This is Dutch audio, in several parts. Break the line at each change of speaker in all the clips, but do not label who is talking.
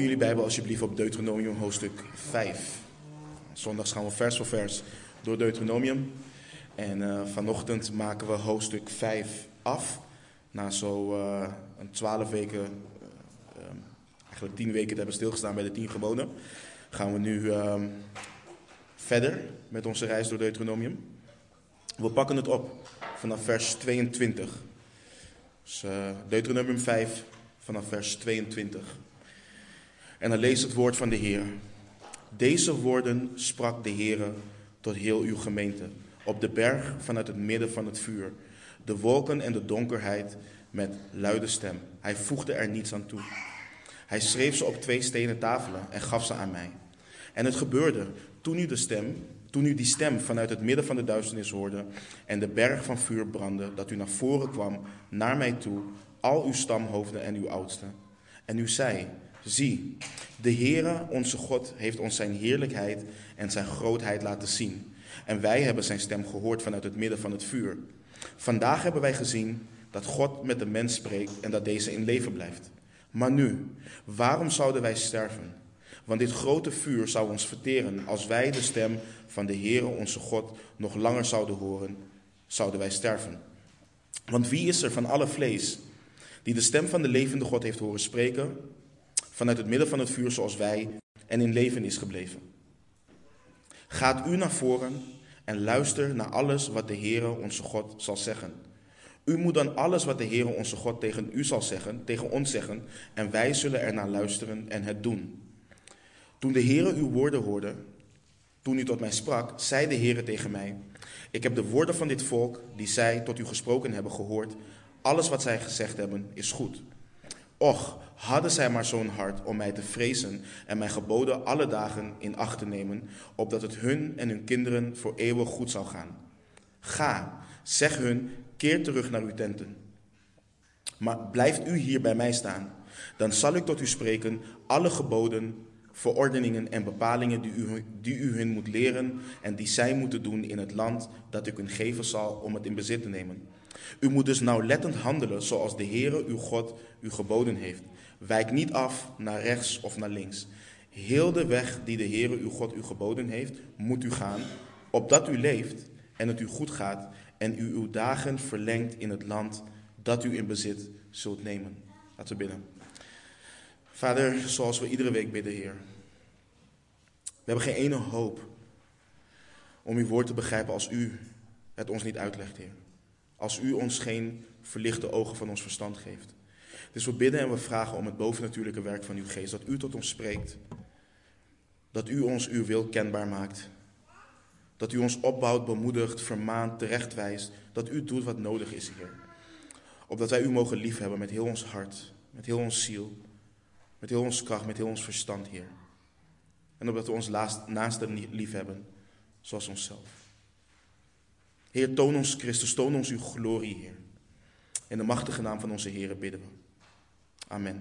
jullie Bijbel alsjeblieft op Deuteronomium hoofdstuk 5. Zondags gaan we vers voor vers door Deuteronomium. En vanochtend maken we hoofdstuk 5 af. Na een 12 weken, eigenlijk 10 weken te hebben stilgestaan bij de 10 geboden, gaan we nu verder met onze reis door Deuteronomium. We pakken het op vanaf vers 22. Dus Deuteronomium 5 vanaf vers 22. En dan leest het woord van de Heer. Deze woorden sprak de Heer tot heel uw gemeente, op de berg vanuit het midden van het vuur, de wolken en de donkerheid met luide stem. Hij voegde er niets aan toe. Hij schreef ze op 2 stenen tafelen en gaf ze aan mij. En het gebeurde, toen u die stem vanuit het midden van de duisternis hoorde en de berg van vuur brandde, dat u naar voren kwam, naar mij toe, al uw stamhoofden en uw oudsten. En u zei, zie, de Heere, onze God, heeft ons zijn heerlijkheid en zijn grootheid laten zien. En wij hebben zijn stem gehoord vanuit het midden van het vuur. Vandaag hebben wij gezien dat God met de mens spreekt en dat deze in leven blijft. Maar nu, waarom zouden wij sterven? Want dit grote vuur zou ons verteren. Als wij de stem van de Heere, onze God, nog langer zouden horen, zouden wij sterven. Want wie is er van alle vlees die de stem van de levende God heeft horen spreken, vanuit het midden van het vuur zoals wij, en in leven is gebleven? Gaat u naar voren en luister naar alles wat de Heere onze God zal zeggen. U moet dan alles wat de Heere onze God tegen u zal zeggen, tegen ons zeggen, en wij zullen er naar luisteren en het doen. Toen de Heere uw woorden hoorde, toen u tot mij sprak, zei de Heere tegen mij, ik heb de woorden van dit volk, die zij tot u gesproken hebben, gehoord. Alles wat zij gezegd hebben, is goed. Och, hadden zij maar zo'n hart om mij te vrezen en mijn geboden alle dagen in acht te nemen, opdat het hun en hun kinderen voor eeuwig goed zou gaan. Ga, zeg hun, keer terug naar uw tenten. Maar blijft u hier bij mij staan, dan zal ik tot u spreken alle geboden, verordeningen en bepalingen die u hun moet leren en die zij moeten doen in het land dat ik hun geven zal om het in bezit te nemen. U moet dus nauwlettend handelen zoals de Heere uw God u geboden heeft. Wijk niet af naar rechts of naar links. Heel de weg die de Heere uw God u geboden heeft, moet u gaan, opdat u leeft en het u goed gaat en u uw dagen verlengt in het land dat u in bezit zult nemen. Laten we bidden. Vader, zoals we iedere week bidden, Heer. We hebben geen ene hoop om uw woord te begrijpen als u het ons niet uitlegt, Heer. Als u ons geen verlichte ogen van ons verstand geeft. Dus we bidden en we vragen om het bovennatuurlijke werk van uw geest. Dat u tot ons spreekt. Dat u ons uw wil kenbaar maakt. Dat u ons opbouwt, bemoedigt, vermaant, terechtwijst. Dat u doet wat nodig is, Heer. Opdat wij u mogen liefhebben met heel ons hart, met heel ons ziel, met heel ons kracht, met heel ons verstand, Heer. En opdat we ons naaste liefhebben, zoals onszelf. Heer, toon ons Christus, toon ons uw glorie, Heer. In de machtige naam van onze Heer bidden we. Amen.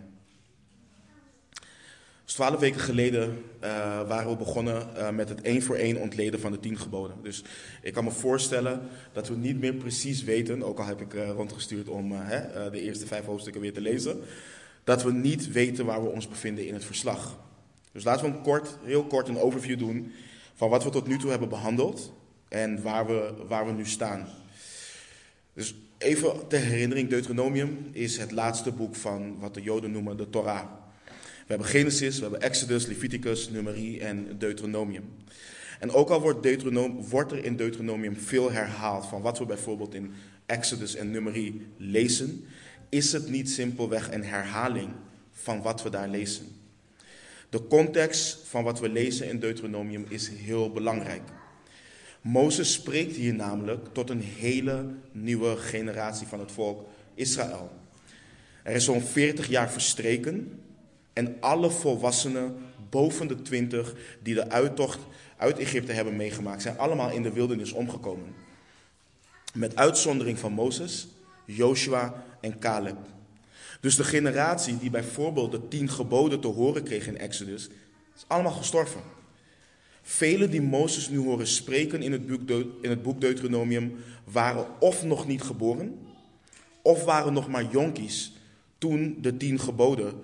Dus 12 weken geleden waren we begonnen met het 1 voor 1 ontleden van de 10 geboden. Dus ik kan me voorstellen dat we niet meer precies weten, ook al heb ik rondgestuurd om de eerste 5 hoofdstukken weer te lezen, dat we niet weten waar we ons bevinden in het verslag. Dus laten we heel kort een overview doen van wat we tot nu toe hebben behandeld en waar we nu staan. Dus even ter herinnering, Deuteronomium is het laatste boek van wat de Joden noemen de Torah. We hebben Genesis, we hebben Exodus, Leviticus, Numeri en Deuteronomium. En ook al wordt er in Deuteronomium veel herhaald van wat we bijvoorbeeld in Exodus en Numeri lezen, is het niet simpelweg een herhaling van wat we daar lezen. De context van wat we lezen in Deuteronomium is heel belangrijk. Mozes spreekt hier namelijk tot een hele nieuwe generatie van het volk Israël. Er is zo'n 40 jaar verstreken en alle volwassenen boven de 20 die de uittocht uit Egypte hebben meegemaakt, zijn allemaal in de wildernis omgekomen. Met uitzondering van Mozes, Joshua en Caleb. Dus de generatie die bijvoorbeeld de 10 geboden te horen kreeg in Exodus, is allemaal gestorven. Velen die Mozes nu horen spreken in het boek Deuteronomium waren of nog niet geboren, of waren nog maar jonkies toen de 10 geboden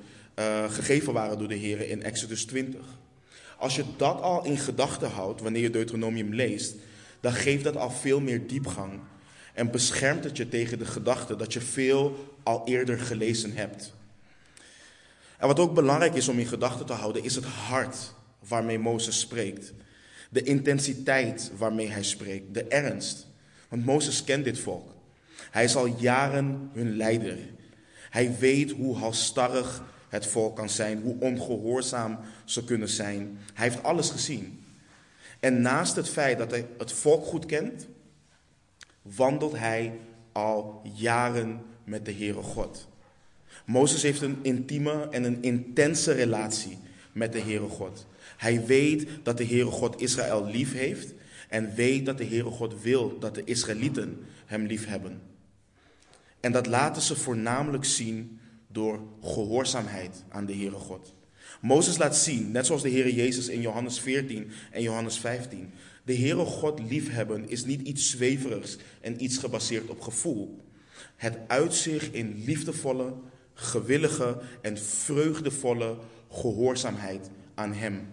gegeven waren door de Heer in Exodus 20. Als je dat al in gedachten houdt wanneer je Deuteronomium leest, dan geeft dat al veel meer diepgang en beschermt het je tegen de gedachte dat je veel al eerder gelezen hebt. En wat ook belangrijk is om in gedachten te houden, is het hart waarmee Mozes spreekt. De intensiteit waarmee hij spreekt, de ernst. Want Mozes kent dit volk. Hij is al jaren hun leider. Hij weet hoe halsstarrig het volk kan zijn, hoe ongehoorzaam ze kunnen zijn. Hij heeft alles gezien. En naast het feit dat hij het volk goed kent, wandelt hij al jaren met de Heere God. Mozes heeft een intieme en een intense relatie met de Heere God. Hij weet dat de Heere God Israël lief heeft en weet dat de Heere God wil dat de Israëlieten hem lief hebben. En dat laten ze voornamelijk zien door gehoorzaamheid aan de Heere God. Mozes laat zien, net zoals de Heere Jezus in Johannes 14 en Johannes 15. De Heere God liefhebben is niet iets zweverigs en iets gebaseerd op gevoel. Het uitzicht in liefdevolle, gewillige en vreugdevolle gehoorzaamheid aan hem.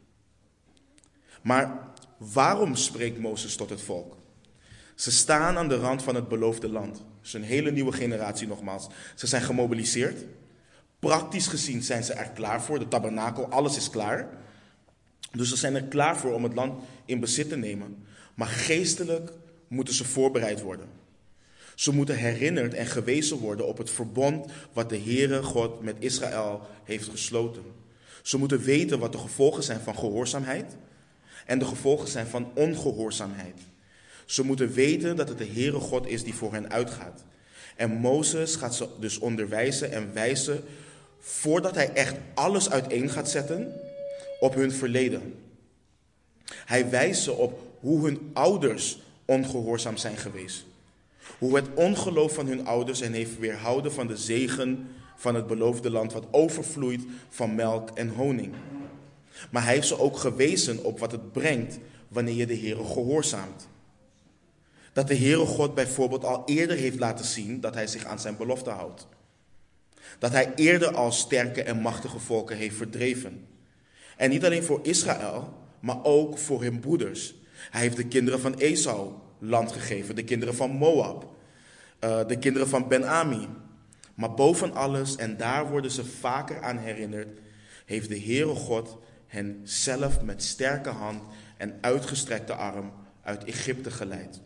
Maar waarom spreekt Mozes tot het volk? Ze staan aan de rand van het beloofde land. Dus een hele nieuwe generatie nogmaals. Ze zijn gemobiliseerd. Praktisch gezien zijn ze er klaar voor. De tabernakel, alles is klaar. Dus ze zijn er klaar voor om het land in bezit te nemen. Maar geestelijk moeten ze voorbereid worden. Ze moeten herinnerd en gewezen worden op het verbond wat de Heere God met Israël heeft gesloten. Ze moeten weten wat de gevolgen zijn van gehoorzaamheid en de gevolgen zijn van ongehoorzaamheid. Ze moeten weten dat het de Heere God is die voor hen uitgaat. En Mozes gaat ze dus onderwijzen en wijzen, voordat hij echt alles uiteen gaat zetten, op hun verleden. Hij wijst ze op hoe hun ouders ongehoorzaam zijn geweest. Hoe het ongeloof van hun ouders hen heeft weerhouden van de zegen van het beloofde land, wat overvloeit van melk en honing. Maar hij heeft ze ook gewezen op wat het brengt wanneer je de Heere gehoorzaamt. Dat de Heere God bijvoorbeeld al eerder heeft laten zien dat hij zich aan zijn belofte houdt. Dat hij eerder al sterke en machtige volken heeft verdreven. En niet alleen voor Israël, maar ook voor hun broeders. Hij heeft de kinderen van Esau land gegeven, de kinderen van Moab, de kinderen van Ben-Ami. Maar boven alles, en daar worden ze vaker aan herinnerd, heeft de Heere God hen zelf met sterke hand en uitgestrekte arm uit Egypte geleid.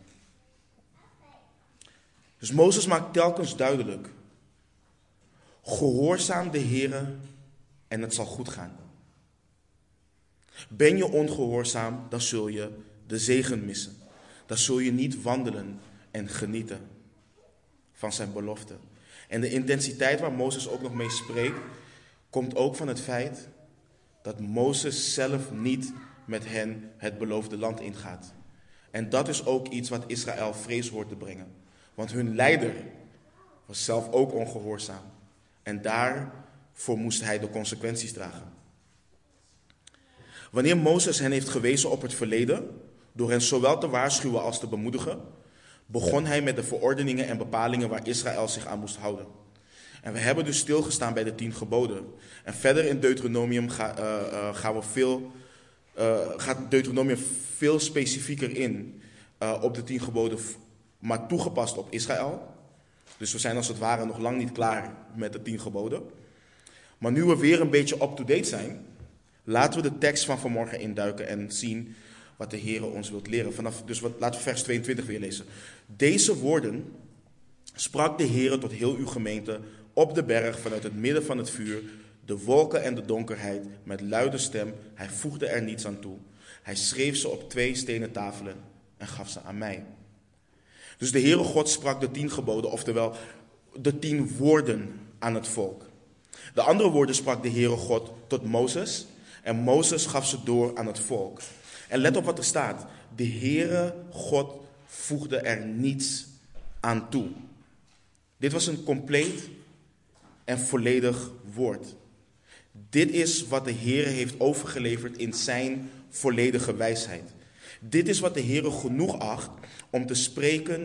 Dus Mozes maakt telkens duidelijk: gehoorzaam de Heere en het zal goed gaan. Ben je ongehoorzaam, dan zul je de zegen missen. Dan zul je niet wandelen en genieten van zijn belofte. En de intensiteit waar Mozes ook nog mee spreekt, komt ook van het feit dat Mozes zelf niet met hen het beloofde land ingaat. En dat is ook iets wat Israël vrees hoort te brengen. Want hun leider was zelf ook ongehoorzaam. En daarvoor moest hij de consequenties dragen. Wanneer Mozes hen heeft gewezen op het verleden, door hen zowel te waarschuwen als te bemoedigen, begon hij met de verordeningen en bepalingen waar Israël zich aan moest houden. En we hebben dus stilgestaan bij de 10 geboden. En verder in Deuteronomium gaat Deuteronomium veel specifieker in op de 10 geboden, maar toegepast op Israël. Dus we zijn als het ware nog lang niet klaar met de 10 geboden. Maar nu we weer een beetje up-to-date zijn, laten we de tekst van vanmorgen induiken en zien wat de Heere ons wilt leren. Laten we vers 22 weer lezen. Deze woorden sprak de Heere tot heel uw gemeente op de berg vanuit het midden van het vuur, de wolken en de donkerheid, met luide stem. Hij voegde er niets aan toe. Hij schreef ze op 2 stenen tafelen en gaf ze aan mij. Dus de Heere God sprak de 10 geboden, oftewel de 10 woorden aan het volk. De andere woorden sprak de Heere God tot Mozes en Mozes gaf ze door aan het volk. En let op wat er staat. De Heere God voegde er niets aan toe. Dit was een compleet en volledig woord. Dit is wat de Heere heeft overgeleverd in zijn volledige wijsheid. Dit is wat de Heere genoeg acht om te spreken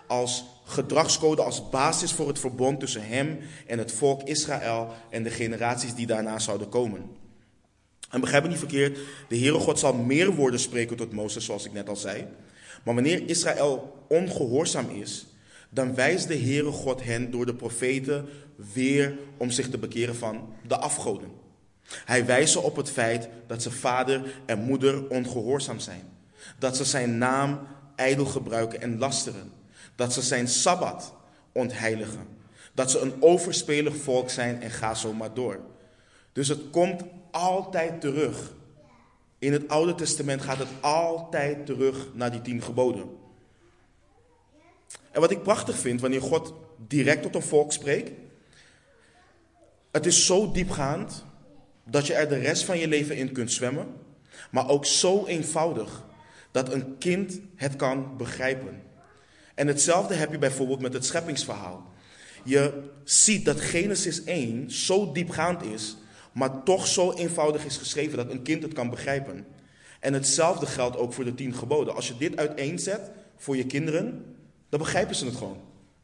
als gedragscode, als basis voor het verbond tussen hem en het volk Israël en de generaties die daarna zouden komen. En begrijp me niet verkeerd, de Heere God zal meer woorden spreken tot Mozes, zoals ik net al zei. Maar wanneer Israël ongehoorzaam is, dan wijst de Heere God hen door de profeten weer om zich te bekeren van de afgoden. Hij wijst ze op het feit dat ze vader en moeder ongehoorzaam zijn. Dat ze zijn naam ijdel gebruiken en lasteren. Dat ze zijn sabbat ontheiligen. Dat ze een overspelig volk zijn en ga zo maar door. Dus het komt altijd terug. In het Oude Testament gaat het altijd terug naar die 10 geboden. En wat ik prachtig vind wanneer God direct tot een volk spreekt. Het is zo diepgaand dat je er de rest van je leven in kunt zwemmen. Maar ook zo eenvoudig dat een kind het kan begrijpen. En hetzelfde heb je bijvoorbeeld met het scheppingsverhaal. Je ziet dat Genesis 1 zo diepgaand is, maar toch zo eenvoudig is geschreven dat een kind het kan begrijpen. En hetzelfde geldt ook voor de 10 geboden. Als je dit uiteenzet voor je kinderen, dan begrijpen ze het gewoon.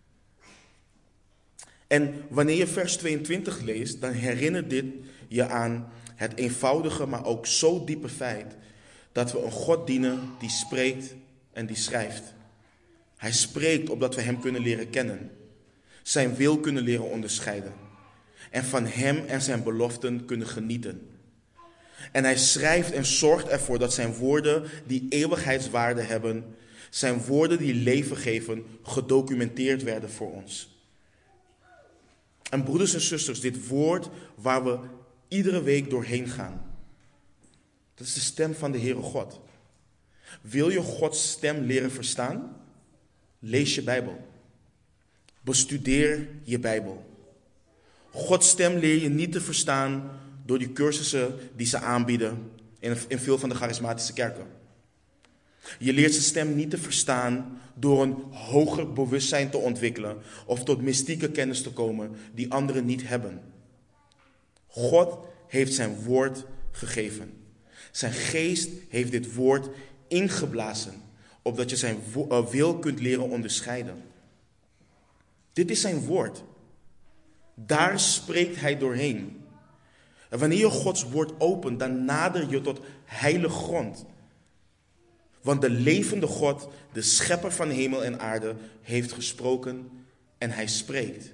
En wanneer je vers 22 leest, dan herinnert dit je aan het eenvoudige, maar ook zo diepe feit dat we een God dienen die spreekt en die schrijft. Hij spreekt opdat we hem kunnen leren kennen, zijn wil kunnen leren onderscheiden en van hem en zijn beloften kunnen genieten. En hij schrijft en zorgt ervoor dat zijn woorden die eeuwigheidswaarde hebben, zijn woorden die leven geven, gedocumenteerd werden voor ons. En broeders en zusters, dit woord waar we iedere week doorheen gaan, dat is de stem van de Heere God. Wil je Gods stem leren verstaan? Lees je Bijbel. Bestudeer je Bijbel. Gods stem leer je niet te verstaan door die cursussen die ze aanbieden in veel van de charismatische kerken. Je leert zijn stem niet te verstaan door een hoger bewustzijn te ontwikkelen of tot mystieke kennis te komen die anderen niet hebben. God heeft zijn woord gegeven. Zijn geest heeft dit woord ingeblazen, opdat je zijn wil kunt leren onderscheiden. Dit is zijn woord. Daar spreekt hij doorheen. En wanneer je Gods woord opent, dan nader je tot heilige grond. Want de levende God, de schepper van hemel en aarde, heeft gesproken en hij spreekt.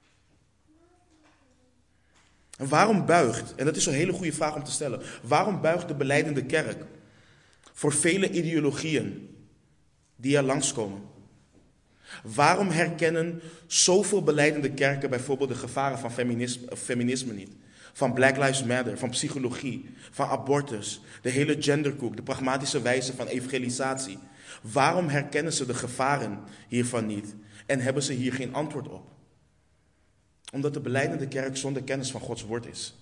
En waarom buigt, en dat is een hele goede vraag om te stellen, waarom buigt de belijdende kerk voor vele ideologieën die er langskomen? Waarom herkennen zoveel belijdende kerken bijvoorbeeld de gevaren van feminisme niet? Van Black Lives Matter, van psychologie, van abortus, de hele genderkoek, de pragmatische wijze van evangelisatie. Waarom herkennen ze de gevaren hiervan niet en hebben ze hier geen antwoord op? Omdat de belijdende kerk zonder kennis van Gods woord is.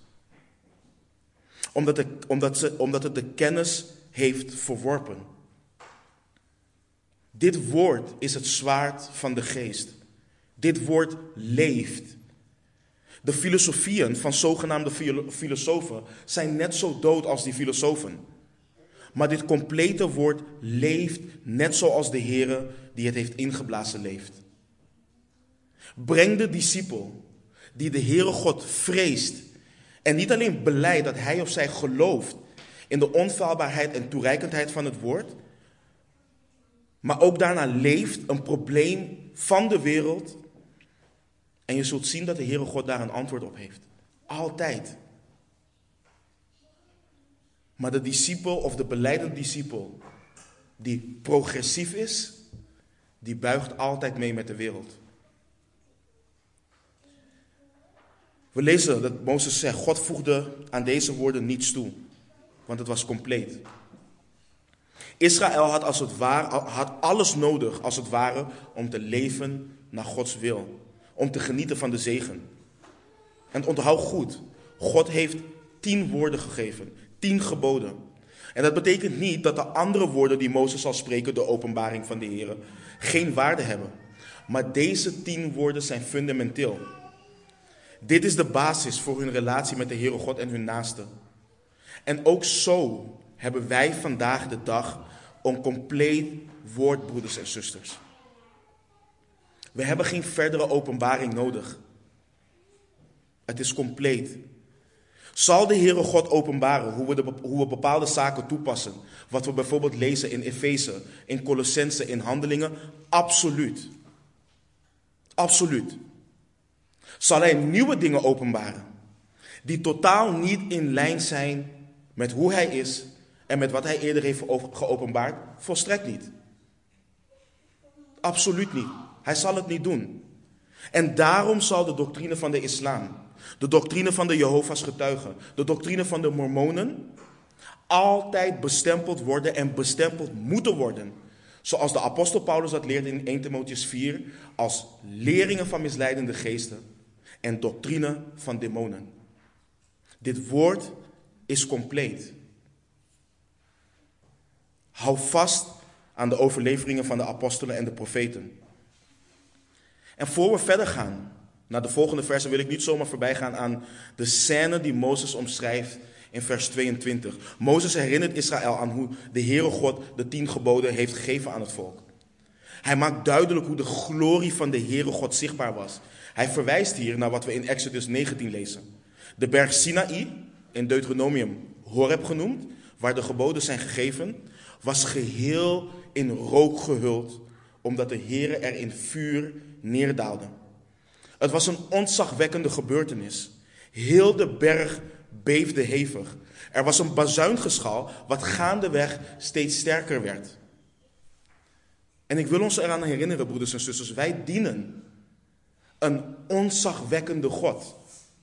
Omdat het de kennis heeft verworpen. Dit woord is het zwaard van de geest. Dit woord leeft. De filosofieën van zogenaamde filosofen zijn net zo dood als die filosofen. Maar dit complete woord leeft net zoals de Heere die het heeft ingeblazen leeft. Breng de discipel die de Heere God vreest en niet alleen belijdt dat hij of zij gelooft in de onfeilbaarheid en toereikendheid van het woord, maar ook daarna leeft een probleem van de wereld. En je zult zien dat de Heere God daar een antwoord op heeft. Altijd. Maar de discipel of de belijdende discipel die progressief is, die buigt altijd mee met de wereld. We lezen dat Mozes zegt, God voegde aan deze woorden niets toe, want het was compleet. Israël had alles nodig, als het ware, om te leven naar Gods wil. Om te genieten van de zegen. En onthoud goed, God heeft 10 woorden gegeven, 10 geboden. En dat betekent niet dat de andere woorden die Mozes zal spreken, de openbaring van de Heer, geen waarde hebben. Maar deze 10 woorden zijn fundamenteel. Dit is de basis voor hun relatie met de Heere God en hun naaste. En ook zo hebben wij vandaag de dag een compleet woord, broeders en zusters. We hebben geen verdere openbaring nodig. Het is compleet. Zal de Heere God openbaren hoe we bepaalde zaken toepassen? Wat we bijvoorbeeld lezen in Efeze, in Colossense, in Handelingen? Absoluut. Absoluut. Zal hij nieuwe dingen openbaren die totaal niet in lijn zijn met hoe hij is en met wat hij eerder heeft geopenbaard? Volstrekt niet. Absoluut niet. Hij zal het niet doen. En daarom zal de doctrine van de islam, de doctrine van de Jehovah's getuigen, de doctrine van de Mormonen altijd bestempeld worden en bestempeld moeten worden. Zoals de apostel Paulus dat leert in 1 Timotheüs 4, als leringen van misleidende geesten en doctrine van demonen. Dit woord is compleet. Hou vast aan de overleveringen van de apostelen en de profeten. En voor we verder gaan naar de volgende versen, wil ik niet zomaar voorbij gaan aan de scène die Mozes omschrijft in vers 22. Mozes herinnert Israël aan hoe de Heere God de 10 geboden heeft gegeven aan het volk. Hij maakt duidelijk hoe de glorie van de Heere God zichtbaar was. Hij verwijst hier naar wat we in Exodus 19 lezen. De berg Sinaï, in Deuteronomium Horeb genoemd, waar de geboden zijn gegeven, was geheel in rook gehuld, omdat de Heere er in vuur neerdaalde. Het was een ontzagwekkende gebeurtenis. Heel de berg beefde hevig. Er was een bazuingeschal wat gaandeweg steeds sterker werd. En ik wil ons eraan herinneren, broeders en zusters, wij dienen een ontzagwekkende God.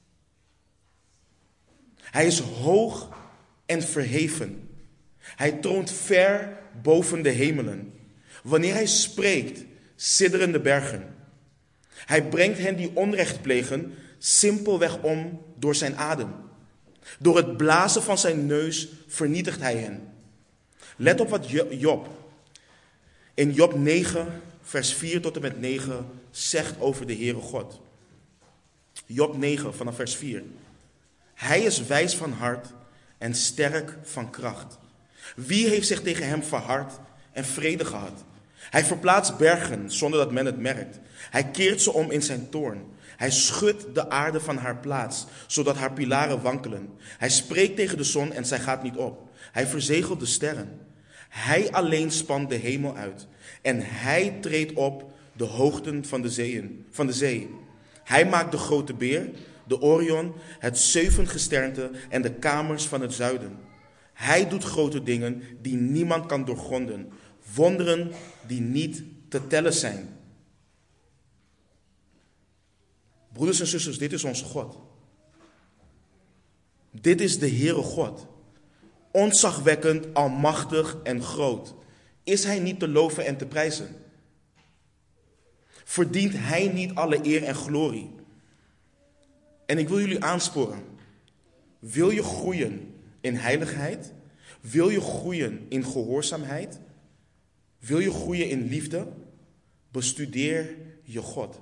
Hij is hoog en verheven. Hij troont ver boven de hemelen. Wanneer hij spreekt, sidderen de bergen. Hij brengt hen die onrecht plegen simpelweg om door zijn adem. Door het blazen van zijn neus vernietigt hij hen. Let op wat Job in Job 9, vers 4 tot en met 9 zegt over de Heere God. Job 9 vanaf vers 4. Hij is wijs van hart en sterk van kracht. Wie heeft zich tegen hem verhard en vrede gehad? Hij verplaatst bergen zonder dat men het merkt. Hij keert ze om in zijn toorn. Hij schudt de aarde van haar plaats, zodat haar pilaren wankelen. Hij spreekt tegen de zon en zij gaat niet op. Hij verzegelt de sterren. Hij alleen spant de hemel uit. En hij treedt op de hoogten van de zee. Hij maakt de grote beer, de Orion, het 7 gesternte en de kamers van het zuiden. Hij doet grote dingen die niemand kan doorgronden. Wonderen die niet te tellen zijn. Broeders en zusters, dit is onze God. Dit is de Heere God. Ontzagwekkend, almachtig en groot. Is hij niet te loven en te prijzen? Verdient hij niet alle eer en glorie? En ik wil jullie aansporen. Wil je groeien in heiligheid? Wil je groeien in gehoorzaamheid? Wil je groeien in liefde? Bestudeer je God.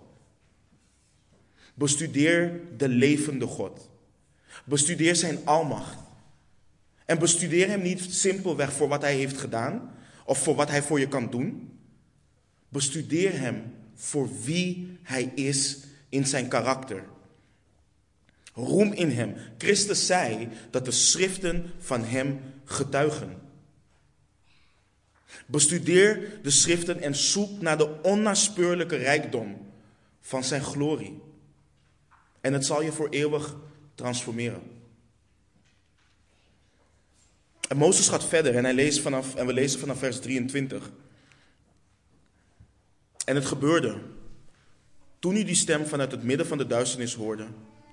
Bestudeer de levende God. Bestudeer zijn almacht. En bestudeer hem niet simpelweg voor wat hij heeft gedaan of voor wat hij voor je kan doen. Bestudeer hem voor wie hij is in zijn karakter. Roem in hem. Christus zei dat de schriften van hem getuigen. Bestudeer de schriften en zoek naar de onnaspeurlijke rijkdom van zijn glorie. En het zal je voor eeuwig transformeren. En Mozes gaat verder en we lezen vanaf vers 23. En het gebeurde, toen u die stem vanuit het midden van de duisternis hoorde.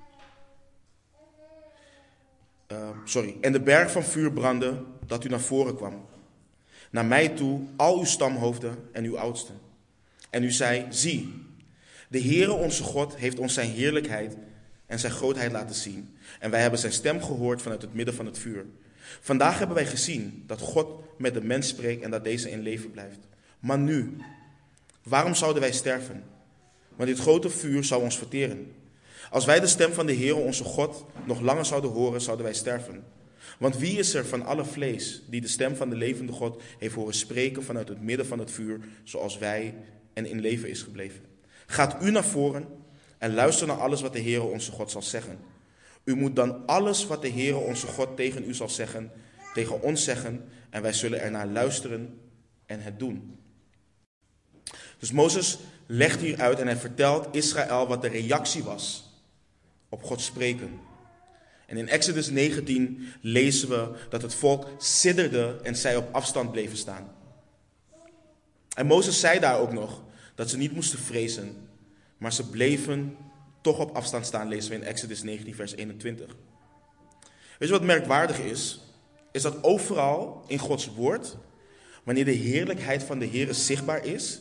En de berg van vuur brandde, dat u naar voren kwam. Naar mij toe, al uw stamhoofden en uw oudsten. En u zei, zie, de Heere onze God heeft ons zijn heerlijkheid en zijn grootheid laten zien. En wij hebben zijn stem gehoord vanuit het midden van het vuur. Vandaag hebben wij gezien dat God met de mens spreekt en dat deze in leven blijft. Maar nu, waarom zouden wij sterven? Want dit grote vuur zou ons verteren. Als wij de stem van de Heere onze God nog langer zouden horen, zouden wij sterven. Want wie is er van alle vlees die de stem van de levende God heeft horen spreken vanuit het midden van het vuur, zoals wij en in leven is gebleven? Gaat u naar voren en luister naar alles wat de Heere onze God zal zeggen. U moet dan alles wat de Heere onze God tegen u zal zeggen, tegen ons zeggen, en wij zullen ernaar luisteren en het doen. Dus Mozes legt hier uit en hij vertelt Israël wat de reactie was op Gods spreken. En in Exodus 19 lezen we dat het volk sidderde en zij op afstand bleven staan. En Mozes zei daar ook nog dat ze niet moesten vrezen, maar ze bleven toch op afstand staan, lezen we in Exodus 19 vers 21. Weet je wat merkwaardig is? Is dat overal in Gods woord, wanneer de heerlijkheid van de Heere zichtbaar is,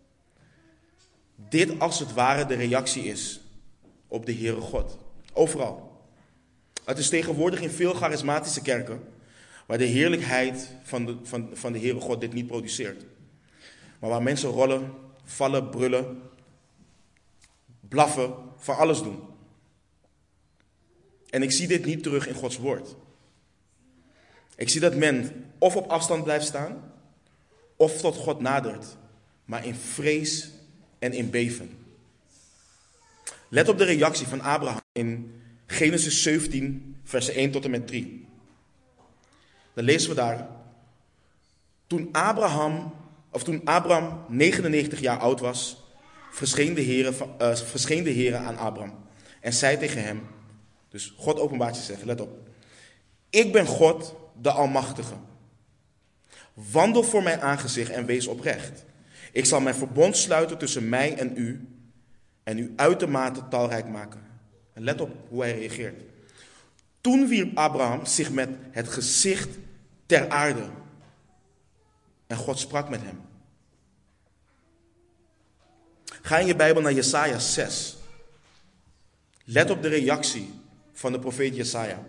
dit als het ware de reactie is op de Heere God. Overal. Het is tegenwoordig in veel charismatische kerken, waar de heerlijkheid van de Heere God dit niet produceert. Maar waar mensen rollen, vallen, brullen, blaffen, van alles doen. En ik zie dit niet terug in Gods woord. Ik zie dat men of op afstand blijft staan, of tot God nadert, maar in vrees en in beven. Let op de reactie van Abraham in Genesis 17, versen 1 tot en met 3. Dan lezen we daar. Toen Abraham 99 jaar oud was, verscheen de Heere aan Abraham en zei tegen hem, dus God openbaart zichzelf, let op. Ik ben God, de Almachtige. Wandel voor mijn aangezicht en wees oprecht. Ik zal mijn verbond sluiten tussen mij en u uitermate talrijk maken. En let op hoe hij reageert. Toen wierp Abraham zich met het gezicht ter aarde. En God sprak met hem. Ga in je Bijbel naar Jesaja 6. Let op de reactie van de profeet Jesaja.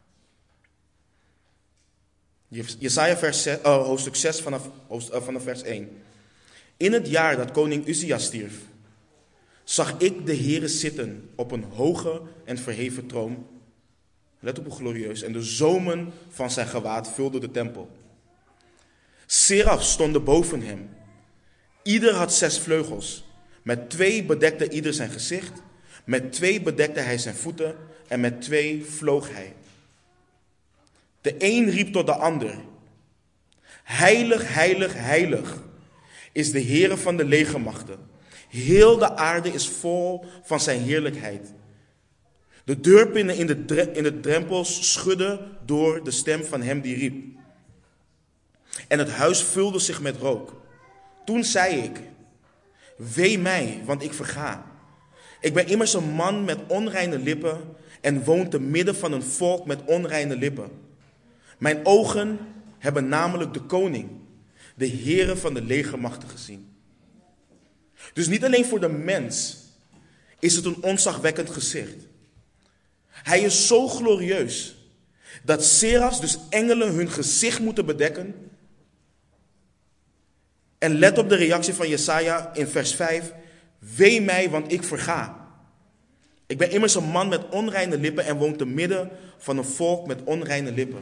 Jesaja hoofdstuk 6 vanaf vers 1. In het jaar dat koning Uzia stierf, zag ik de Heere zitten op een hoge en verheven troon. Let op hoe glorieus. En de zomen van zijn gewaad vulden de tempel. Serafs stonden boven hem. Ieder had 6 vleugels. Met 2 bedekte ieder zijn gezicht. Met 2 bedekte hij zijn voeten. En met 2 vloog hij. De een riep tot de ander. Heilig, heilig, heilig is de Heere van de legermachten. Heel de aarde is vol van zijn heerlijkheid. De deurpinnen in de drempels schudden door de stem van hem die riep. En het huis vulde zich met rook. Toen zei ik, wee mij, want ik verga. Ik ben immers een man met onreine lippen en woon te midden van een volk met onreine lippen. Mijn ogen hebben namelijk de koning, de Heere van de legermachten gezien. Dus niet alleen voor de mens is het een ontzagwekkend gezicht. Hij is zo glorieus dat serafs, dus engelen, hun gezicht moeten bedekken. En let op de reactie van Jesaja in vers 5. Wee mij, want ik verga. Ik ben immers een man met onreine lippen en woon te midden van een volk met onreine lippen.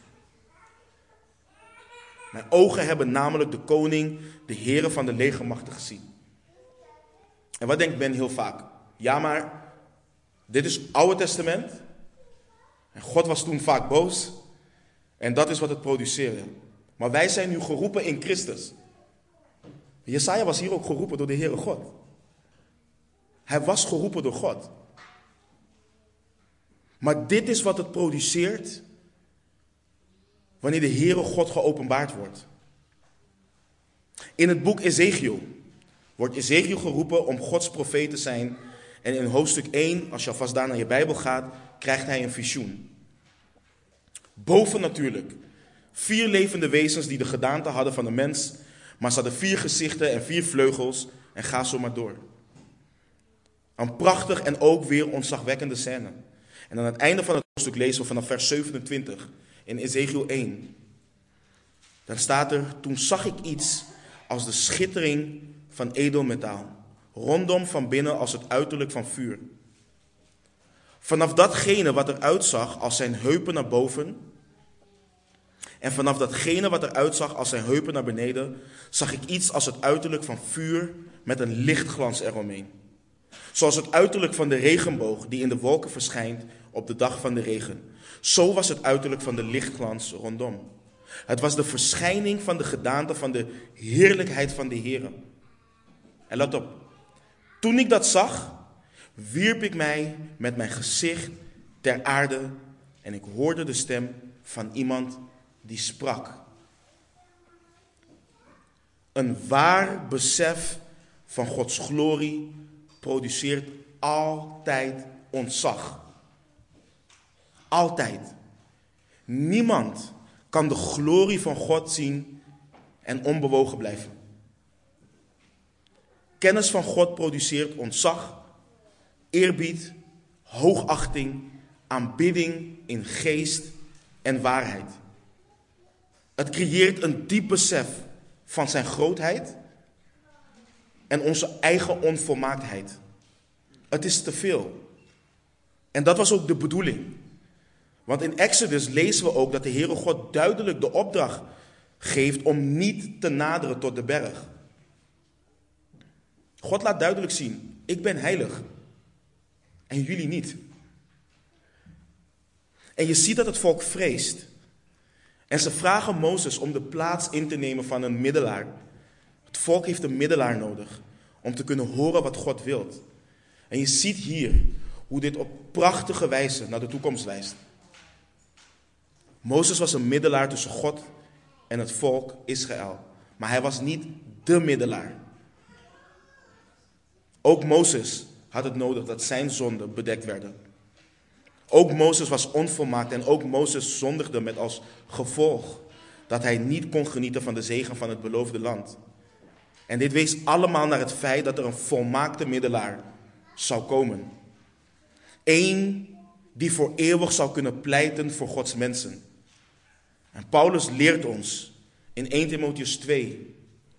Mijn ogen hebben namelijk de koning, de Heere van de legermachten gezien. En wat denkt men heel vaak? Ja, maar dit is het Oude Testament. En God was toen vaak boos. En dat is wat het produceerde. Maar wij zijn nu geroepen in Christus. Jesaja was hier ook geroepen door de Heere God. Hij was geroepen door God. Maar dit is wat het produceert wanneer de Heere God geopenbaard wordt. In het boek Ezekiel wordt Ezekiel geroepen om Gods profeet te zijn. En in hoofdstuk 1, als je alvast daar naar je Bijbel gaat, krijgt hij een visioen. Bovennatuurlijk. 4 levende wezens die de gedaante hadden van een mens. Maar ze hadden 4 gezichten en 4 vleugels. En ga zo maar door. Een prachtig en ook weer ontzagwekkende scène. En aan het einde van het hoofdstuk lezen we vanaf vers 27 in Ezekiel 1. Dan staat er, toen zag ik iets als de schittering van edelmetaal. Rondom van binnen als het uiterlijk van vuur. Vanaf datgene wat eruit zag als zijn heupen naar boven. En vanaf datgene wat eruit zag als zijn heupen naar beneden, zag ik iets als het uiterlijk van vuur met een lichtglans eromheen. Zoals het uiterlijk van de regenboog die in de wolken verschijnt op de dag van de regen. Zo was het uiterlijk van de lichtglans rondom. Het was de verschijning van de gedaante van de heerlijkheid van de Heere. En let op, toen ik dat zag, wierp ik mij met mijn gezicht ter aarde en ik hoorde de stem van iemand die sprak. Een waar besef van Gods glorie produceert altijd ontzag. Altijd. Niemand kan de glorie van God zien en onbewogen blijven. Kennis van God produceert ontzag, eerbied, hoogachting, aanbidding in geest en waarheid. Het creëert een diep besef van zijn grootheid en onze eigen onvolmaaktheid. Het is te veel. En dat was ook de bedoeling. Want in Exodus lezen we ook dat de Heere God duidelijk de opdracht geeft om niet te naderen tot de berg. God laat duidelijk zien, ik ben heilig en jullie niet. En je ziet dat het volk vreest. En ze vragen Mozes om de plaats in te nemen van een middelaar. Het volk heeft een middelaar nodig om te kunnen horen wat God wilt. En je ziet hier hoe dit op prachtige wijze naar de toekomst wijst. Mozes was een middelaar tussen God en het volk Israël. Maar hij was niet de middelaar. Ook Mozes had het nodig dat zijn zonden bedekt werden. Ook Mozes was onvolmaakt en ook Mozes zondigde met als gevolg dat hij niet kon genieten van de zegen van het beloofde land. En dit wees allemaal naar het feit dat er een volmaakte middelaar zou komen. Eén die voor eeuwig zou kunnen pleiten voor Gods mensen. En Paulus leert ons in 1 Timotheus 2.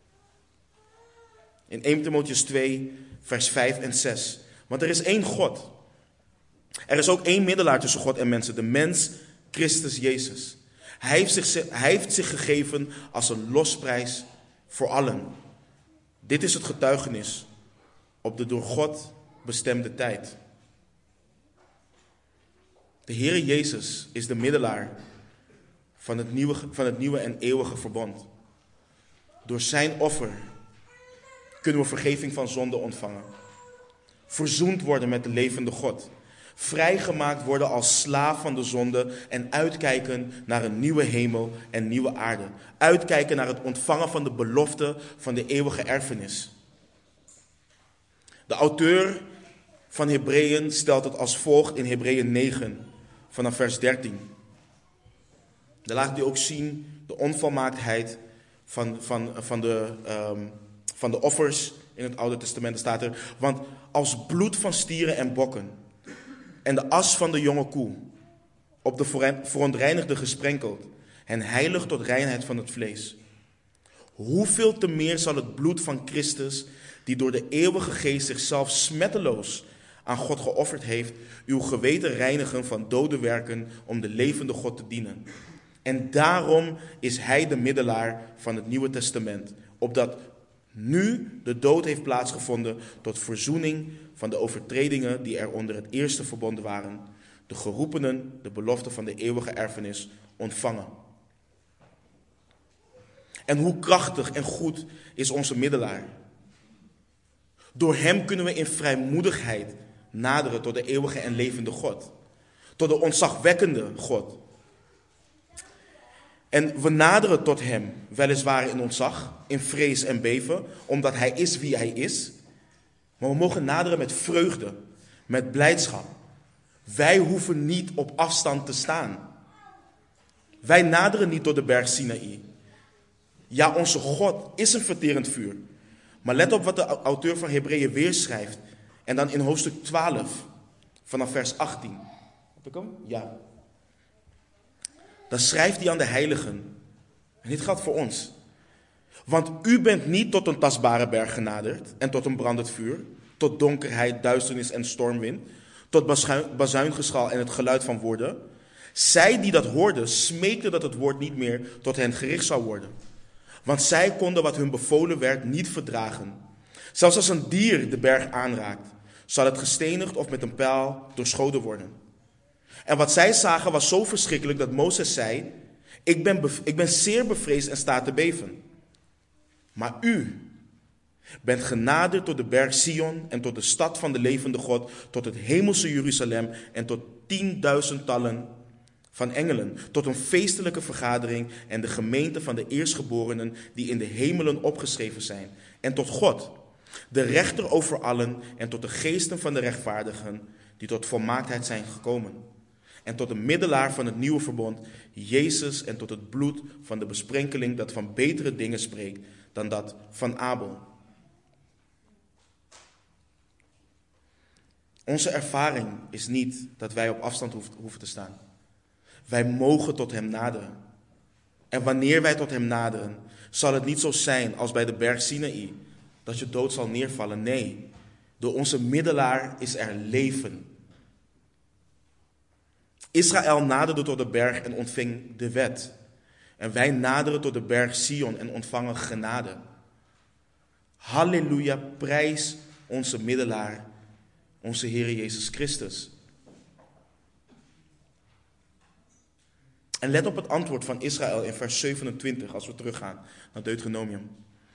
In 1 Timotheus 2 vers 5 en 6. Want er is één God. Er is ook één middelaar tussen God en mensen, de mens Christus Jezus. Hij heeft zich gegeven als een losprijs voor allen. Dit is het getuigenis op de door God bestemde tijd. De Heere Jezus is de middelaar van het nieuwe en eeuwige verbond. Door zijn offer kunnen we vergeving van zonde ontvangen. Verzoend worden met de levende God. Vrijgemaakt worden als slaaf van de zonde en uitkijken naar een nieuwe hemel en nieuwe aarde. Uitkijken naar het ontvangen van de belofte van de eeuwige erfenis. De auteur van Hebreeën stelt het als volgt in Hebreeën 9 vanaf vers 13. Daar laat hij ook zien de onvolmaaktheid van de offers in het Oude Testament. Er staat er, want als bloed van stieren en bokken en de as van de jonge koe op de verontreinigde gesprenkeld en heilig tot reinheid van het vlees. Hoeveel te meer zal het bloed van Christus, die door de eeuwige geest zichzelf smetteloos aan God geofferd heeft, uw geweten reinigen van dode werken om de levende God te dienen. En daarom is hij de middelaar van het Nieuwe Testament, opdat nu de dood heeft plaatsgevonden tot verzoening van de overtredingen die er onder het eerste verbond waren, de geroepenen de belofte van de eeuwige erfenis ontvangen. En hoe krachtig en goed is onze middelaar. Door hem kunnen we in vrijmoedigheid naderen tot de eeuwige en levende God. Tot de ontzagwekkende God. En we naderen tot hem weliswaar in ontzag, in vrees en beven, omdat hij is wie hij is. Maar we mogen naderen met vreugde, met blijdschap. Wij hoeven niet op afstand te staan. Wij naderen niet tot de berg Sinaï. Ja, onze God is een verterend vuur. Maar let op wat de auteur van Hebreeën weer schrijft. En dan in hoofdstuk 12, vanaf vers 18. Heb ik hem? Ja. Dan schrijft hij aan de heiligen. En dit geldt voor ons. Want u bent niet tot een tastbare berg genaderd en tot een brandend vuur, tot donkerheid, duisternis en stormwind, tot bazuingeschal en het geluid van woorden. Zij die dat hoorden, smeekten dat het woord niet meer tot hen gericht zou worden. Want zij konden wat hun bevolen werd niet verdragen. Zelfs als een dier de berg aanraakt, zal het gestenigd of met een pijl doorschoten worden. En wat zij zagen was zo verschrikkelijk dat Mozes zei: ik ben zeer bevreesd en sta te beven. Maar u bent genaderd tot de berg Sion en tot de stad van de levende God, tot het hemelse Jeruzalem en tot 10.000-tallen van engelen, tot een feestelijke vergadering en de gemeente van de eerstgeborenen die in de hemelen opgeschreven zijn, en tot God, de rechter over allen, en tot de geesten van de rechtvaardigen die tot volmaaktheid zijn gekomen, en tot de middelaar van het nieuwe verbond, Jezus, en tot het bloed van de besprenkeling dat van betere dingen spreekt dan dat van Abel. Onze ervaring is niet dat wij op afstand hoeven te staan. Wij mogen tot hem naderen. En wanneer wij tot hem naderen, zal het niet zo zijn als bij de berg Sinaï, dat je dood zal neervallen. Nee, door onze middelaar is er leven. Israël naderde tot de berg en ontving de wet. En wij naderen tot de berg Sion en ontvangen genade. Halleluja, prijs onze middelaar, onze Heer Jezus Christus. En let op het antwoord van Israël in vers 27, als we teruggaan naar Deuteronomium.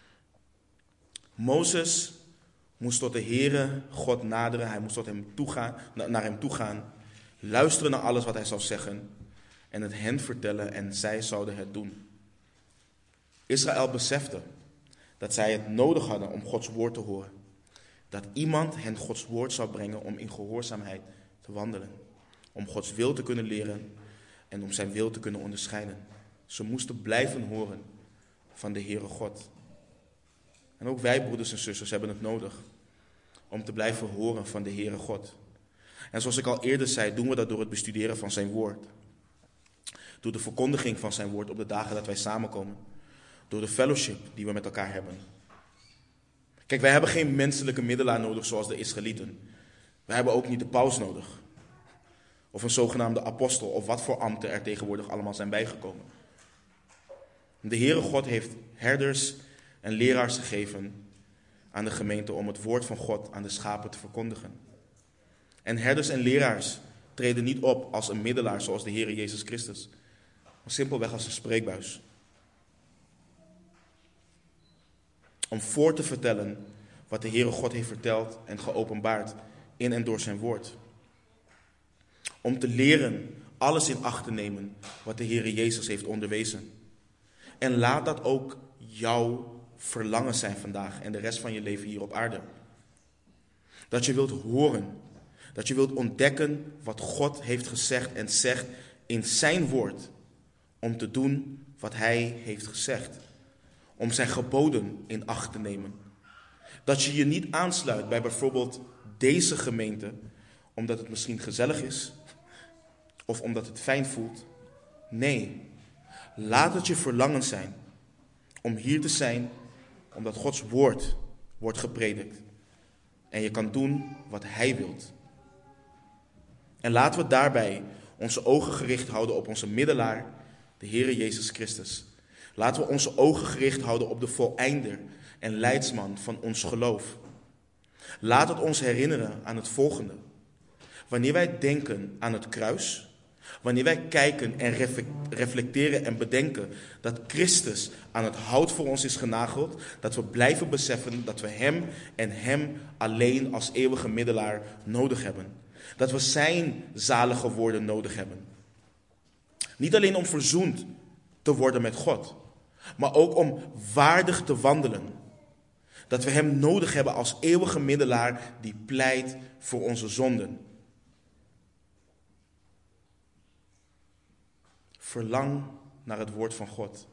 Mozes moest tot de Heere God naderen, hij moest tot hem toegaan, naar hem toe gaan, luisteren naar alles wat hij zou zeggen en het hen vertellen en zij zouden het doen. Israël besefte dat zij het nodig hadden om Gods woord te horen. Dat iemand hen Gods woord zou brengen om in gehoorzaamheid te wandelen. Om Gods wil te kunnen leren en om zijn wil te kunnen onderscheiden. Ze moesten blijven horen van de Heere God. En ook wij, broeders en zusters, hebben het nodig om te blijven horen van de Heere God. En zoals ik al eerder zei, doen we dat door het bestuderen van zijn woord. Door de verkondiging van zijn woord op de dagen dat wij samenkomen. Door de fellowship die we met elkaar hebben. Kijk, wij hebben geen menselijke middelaar nodig zoals de Israëlieten. Wij hebben ook niet de paus nodig. Of een zogenaamde apostel, of wat voor ambten er tegenwoordig allemaal zijn bijgekomen. De Heere God heeft herders en leraars gegeven aan de gemeente om het woord van God aan de schapen te verkondigen. En herders en leraars treden niet op als een middelaar zoals de Heere Jezus Christus, maar simpelweg als een spreekbuis. Om voor te vertellen wat de Heere God heeft verteld en geopenbaard in en door zijn woord. Om te leren alles in acht te nemen wat de Heere Jezus heeft onderwezen. En laat dat ook jouw verlangen zijn vandaag en de rest van je leven hier op aarde. Dat je wilt horen, dat je wilt ontdekken wat God heeft gezegd en zegt in zijn woord. Om te doen wat hij heeft gezegd. Om zijn geboden in acht te nemen. Dat je je niet aansluit bij bijvoorbeeld deze gemeente, omdat het misschien gezellig is, of omdat het fijn voelt. Nee, laat het je verlangen zijn om hier te zijn, omdat Gods woord wordt gepredikt. En je kan doen wat hij wilt. En laten we daarbij onze ogen gericht houden op onze middelaar, de Heere Jezus Christus. Laten we onze ogen gericht houden op de voleinder en leidsman van ons geloof. Laat het ons herinneren aan het volgende. Wanneer wij denken aan het kruis, wanneer wij kijken en reflecteren en bedenken dat Christus aan het hout voor ons is genageld, dat we blijven beseffen dat we hem en hem alleen als eeuwige middelaar nodig hebben. Dat we zijn zalige woorden nodig hebben. Niet alleen om verzoend te worden met God, maar ook om waardig te wandelen. Dat we hem nodig hebben als eeuwige middelaar die pleit voor onze zonden. Verlang naar het woord van God.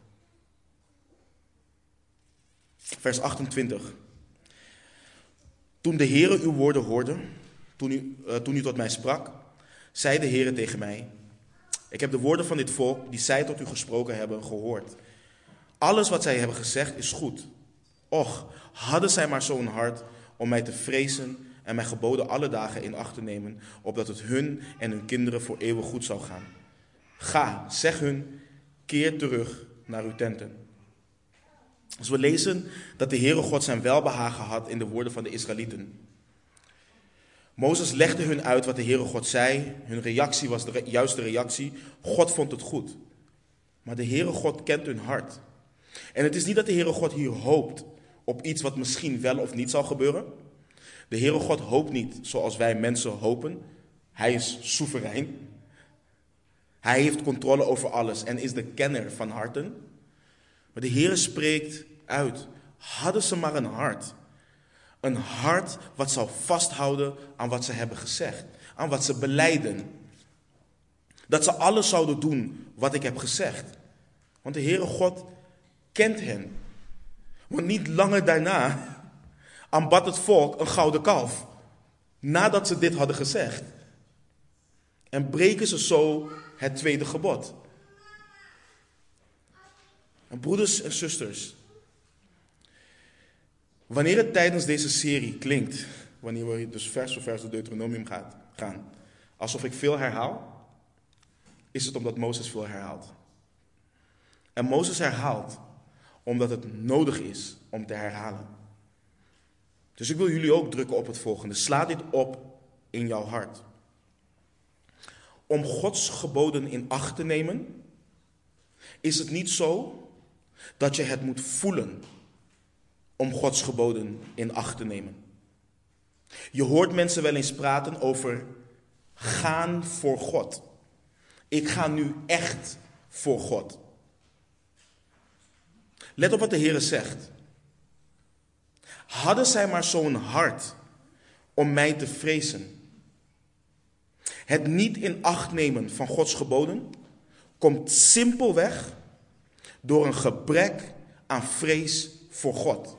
Vers 28. Toen de Heere uw woorden hoorde, toen u tot mij sprak, zei de Heere tegen mij: ik heb de woorden van dit volk, die zij tot u gesproken hebben, gehoord. Alles wat zij hebben gezegd is goed. Och, hadden zij maar zo'n hart om mij te vrezen en mijn geboden alle dagen in acht te nemen, opdat het hun en hun kinderen voor eeuwig goed zou gaan. Ga, zeg hun, keer terug naar uw tenten. Dus we lezen dat de Heere God zijn welbehagen had in de woorden van de Israëlieten. Mozes legde hun uit wat de Heere God zei. Hun reactie was de juiste reactie. God vond het goed. Maar de Heere God kent hun hart. En het is niet dat de Heere God hier hoopt op iets wat misschien wel of niet zal gebeuren. De Heere God hoopt niet zoals wij mensen hopen. Hij is soeverein. Hij heeft controle over alles en is de kenner van harten. Maar de Heere spreekt uit. Hadden ze maar een hart. Een hart wat zou vasthouden aan wat ze hebben gezegd. Aan wat ze belijden. Dat ze alles zouden doen wat ik heb gezegd. Want de Heere God kent hen. Want niet langer daarna aanbad het volk een gouden kalf. Nadat ze dit hadden gezegd. En breken ze zo het tweede gebod. En broeders en zusters. Wanneer het tijdens deze serie klinkt. Wanneer we dus vers voor vers door Deuteronomium gaan. Alsof ik veel herhaal. Is het omdat Mozes veel herhaalt. En Mozes herhaalt omdat het nodig is om te herhalen. Dus ik wil jullie ook drukken op het volgende. Sla dit op in jouw hart. Om Gods geboden in acht te nemen, is het niet zo dat je het moet voelen om Gods geboden in acht te nemen. Je hoort mensen wel eens praten over gaan voor God. Ik ga nu echt voor God. Let op wat de Heer zegt. Hadden zij maar zo'n hart om mij te vrezen. Het niet in acht nemen van Gods geboden komt simpelweg door een gebrek aan vrees voor God.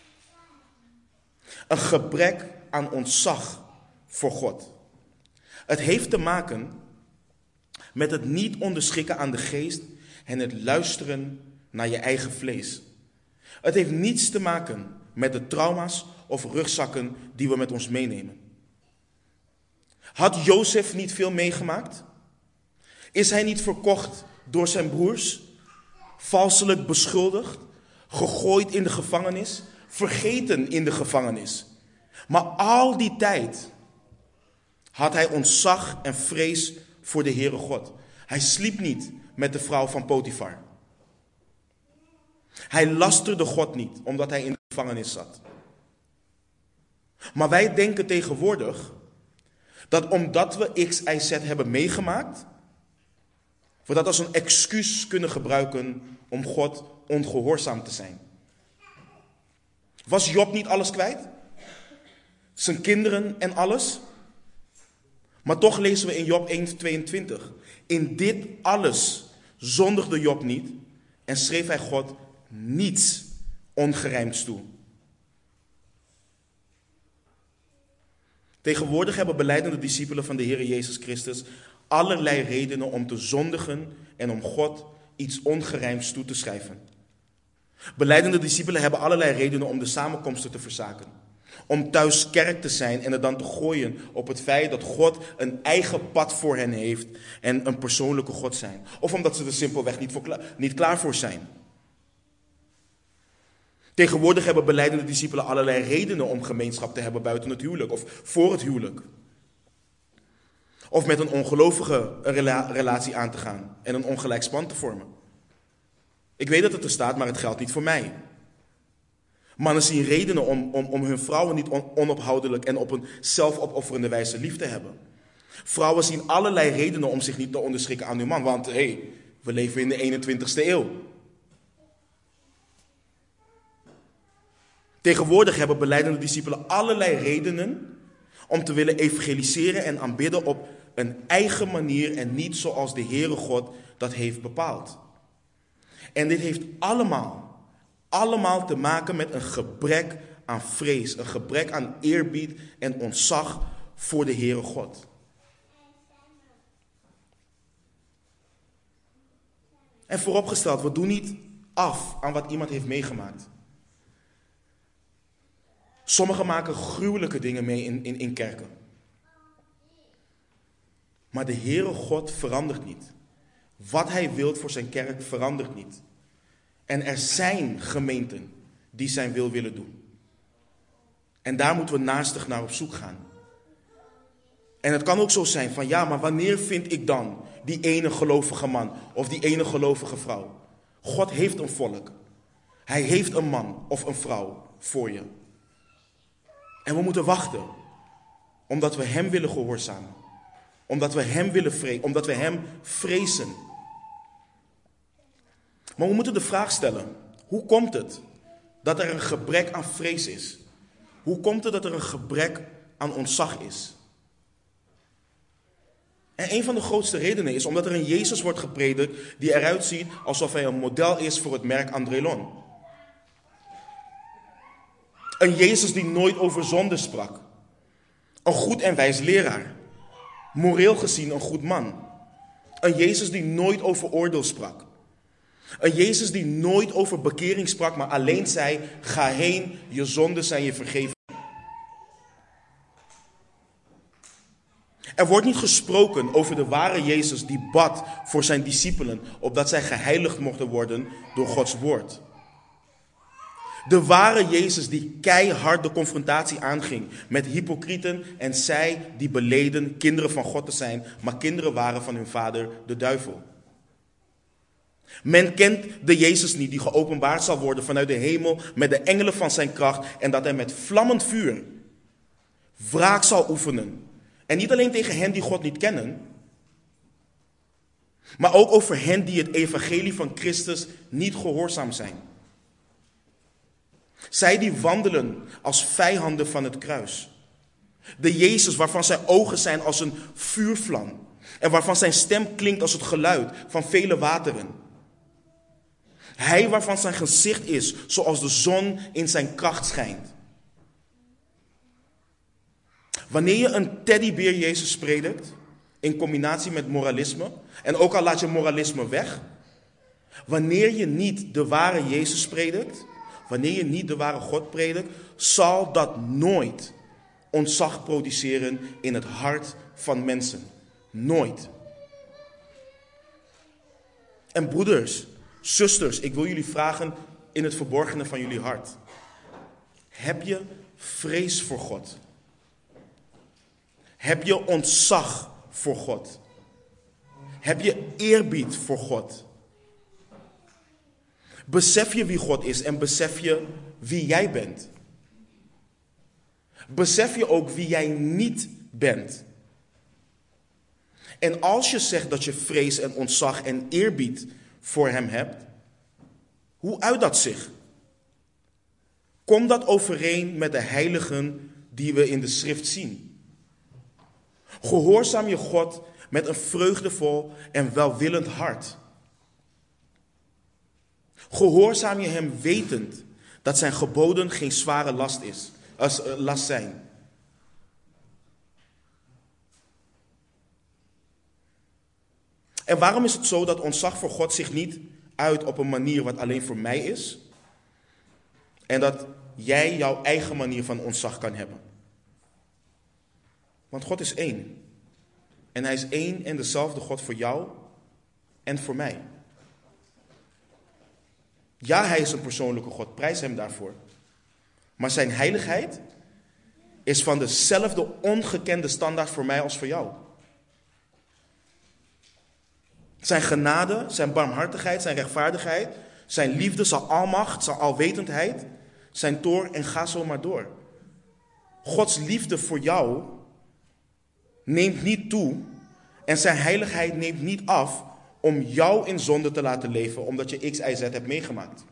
Een gebrek aan ontzag voor God. Het heeft te maken met het niet onderschikken aan de geest en het luisteren naar je eigen vlees. Het heeft niets te maken met de trauma's of rugzakken die we met ons meenemen. Had Jozef niet veel meegemaakt? Is hij niet verkocht door zijn broers? Valselijk beschuldigd? Gegooid in de gevangenis? Vergeten in de gevangenis? Maar al die tijd had hij ontzag en vrees voor de Heere God. Hij sliep niet met de vrouw van Potifar. Hij lasterde God niet, omdat hij in de gevangenis zat. Maar wij denken tegenwoordig dat omdat we X, Y, Z hebben meegemaakt, we dat als een excuus kunnen gebruiken om God ongehoorzaam te zijn. Was Job niet alles kwijt? Zijn kinderen en alles? Maar toch lezen we in Job 1:22. In dit alles zondigde Job niet en schreef hij God niets ongerijmds toe. Tegenwoordig hebben belijdende discipelen van de Heer Jezus Christus allerlei redenen om te zondigen en om God iets ongerijmds toe te schrijven. Belijdende discipelen hebben allerlei redenen om de samenkomsten te verzaken. Om thuis kerk te zijn en het dan te gooien op het feit dat God een eigen pad voor hen heeft en een persoonlijke God zijn. Of omdat ze er simpelweg niet klaar voor zijn. Tegenwoordig hebben belijdende discipelen allerlei redenen om gemeenschap te hebben buiten het huwelijk of voor het huwelijk. Of met een ongelovige relatie aan te gaan en een ongelijk span te vormen. Ik weet dat het er staat, maar het geldt niet voor mij. Mannen zien redenen om hun vrouwen niet onophoudelijk en op een zelfopofferende wijze lief te hebben. Vrouwen zien allerlei redenen om zich niet te onderschikken aan hun man, want we leven in de 21ste eeuw. Tegenwoordig hebben belijdende discipelen allerlei redenen om te willen evangeliseren en aanbidden op een eigen manier en niet zoals de Heere God dat heeft bepaald. En dit heeft allemaal te maken met een gebrek aan vrees, een gebrek aan eerbied en ontzag voor de Heere God. En vooropgesteld, we doen niet af aan wat iemand heeft meegemaakt. Sommigen maken gruwelijke dingen mee in kerken. Maar de Heere God verandert niet. Wat hij wilt voor zijn kerk verandert niet. En er zijn gemeenten die zijn wil willen doen. En daar moeten we naastig naar op zoek gaan. En het kan ook zo zijn van ja, maar wanneer vind ik dan die ene gelovige man of die ene gelovige vrouw? God heeft een volk. Hij heeft een man of een vrouw voor je. En we moeten wachten. Omdat we hem willen gehoorzamen. Omdat we hem willen vrezen. Omdat we hem vrezen. Maar we moeten de vraag stellen. Hoe komt het dat er een gebrek aan vrees is? Hoe komt het dat er een gebrek aan ontzag is? En een van de grootste redenen is omdat er een Jezus wordt gepredikt die eruit ziet alsof hij een model is voor het merk Andrelon. Een Jezus die nooit over zonde sprak. Een goed en wijs leraar. Moreel gezien een goed man. Een Jezus die nooit over oordeel sprak. Een Jezus die nooit over bekering sprak, maar alleen zei, ga heen, je zonden zijn je vergeven. Er wordt niet gesproken over de ware Jezus die bad voor zijn discipelen, opdat zij geheiligd mochten worden door Gods woord. De ware Jezus die keihard de confrontatie aanging met hypocrieten en zij die beleden kinderen van God te zijn, maar kinderen waren van hun vader de duivel. Men kent de Jezus niet die geopenbaard zal worden vanuit de hemel met de engelen van zijn kracht en dat hij met vlammend vuur wraak zal oefenen. En niet alleen tegen hen die God niet kennen, maar ook over hen die het evangelie van Christus niet gehoorzaam zijn. Zij die wandelen als vijanden van het kruis. De Jezus waarvan zijn ogen zijn als een vuurvlam en waarvan zijn stem klinkt als het geluid van vele wateren. Hij waarvan zijn gezicht is zoals de zon in zijn kracht schijnt. Wanneer je een teddybeer Jezus predikt, in combinatie met moralisme, en ook al laat je moralisme weg, wanneer je niet de ware Jezus predikt, wanneer je niet de ware God predikt, zal dat nooit ontzag produceren in het hart van mensen. Nooit. En broeders, zusters, ik wil jullie vragen in het verborgene van jullie hart. Heb je vrees voor God? Heb je ontzag voor God? Heb je eerbied voor God? Besef je wie God is en besef je wie jij bent? Besef je ook wie jij niet bent? En als je zegt dat je vrees en ontzag en eerbied voor hem hebt, hoe uit dat zich? Komt dat overeen met de heiligen die we in de schrift zien? Gehoorzaam je God met een vreugdevol en welwillend hart? Gehoorzaam je hem wetend dat zijn geboden geen zware last zijn? En waarom is het zo dat ontzag voor God zich niet uit op een manier wat alleen voor mij is? En dat jij jouw eigen manier van ontzag kan hebben? Want God is één. En hij is één en dezelfde God voor jou en voor mij. Ja, hij is een persoonlijke God. Prijs hem daarvoor. Maar zijn heiligheid is van dezelfde ongekende standaard voor mij als voor jou. Zijn genade, zijn barmhartigheid, zijn rechtvaardigheid, zijn liefde, zijn almacht, zijn alwetendheid, zijn toorn en ga zo maar door. Gods liefde voor jou neemt niet toe en zijn heiligheid neemt niet af om jou in zonde te laten leven omdat je X, Y, Z hebt meegemaakt.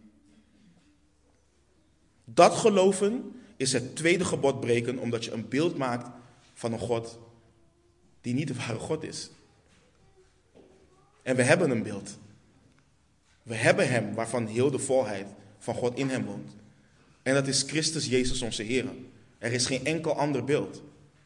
Dat geloven is het tweede gebod breken omdat je een beeld maakt van een God die niet de ware God is. En we hebben een beeld. We hebben hem waarvan heel de volheid van God in hem woont. En dat is Christus Jezus onze Heer. Er is geen enkel ander beeld.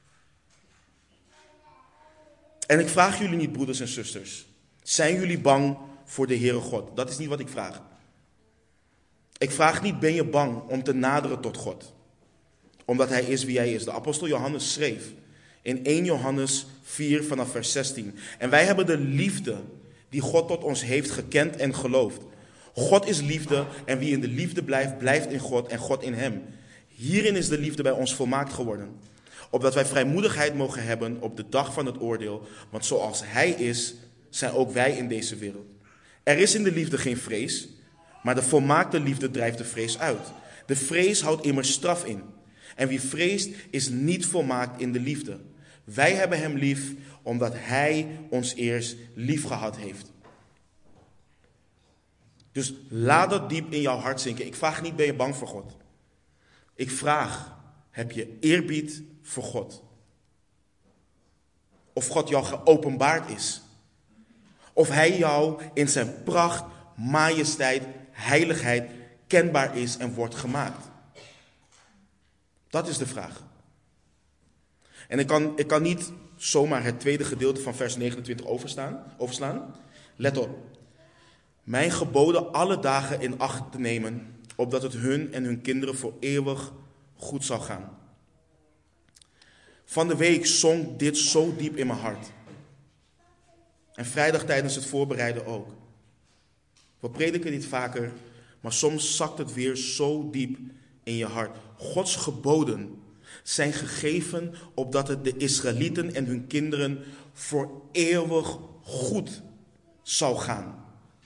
En ik vraag jullie niet, broeders en zusters, zijn jullie bang voor de Heere God? Dat is niet wat ik vraag. Ik vraag niet, ben je bang om te naderen tot God? Omdat hij is wie hij is. De apostel Johannes schreef in 1 Johannes 4 vanaf vers 16. En wij hebben de liefde die God tot ons heeft gekend en geloofd. God is liefde en wie in de liefde blijft, blijft in God en God in hem. Hierin is de liefde bij ons volmaakt geworden. Opdat wij vrijmoedigheid mogen hebben op de dag van het oordeel. Want zoals hij is, zijn ook wij in deze wereld. Er is in de liefde geen vrees, maar de volmaakte liefde drijft de vrees uit. De vrees houdt immers straf in. En wie vreest is niet volmaakt in de liefde. Wij hebben hem lief, omdat hij ons eerst lief gehad heeft. Dus laat dat diep in jouw hart zinken. Ik vraag niet, ben je bang voor God? Ik vraag, heb je eerbied voor God? Of God jou geopenbaard is? Of hij jou in zijn pracht, majesteit, heiligheid kenbaar is en wordt gemaakt? Dat is de vraag. En ik kan niet zomaar het tweede gedeelte van vers 29 overslaan. Let op. Mijn geboden alle dagen in acht te nemen, opdat het hun en hun kinderen voor eeuwig goed zal gaan. Van de week zonk dit zo diep in mijn hart. En vrijdag tijdens het voorbereiden ook. We prediken dit vaker, maar soms zakt het weer zo diep in je hart. Gods geboden zijn gegeven opdat het de Israëlieten en hun kinderen voor eeuwig goed zou gaan.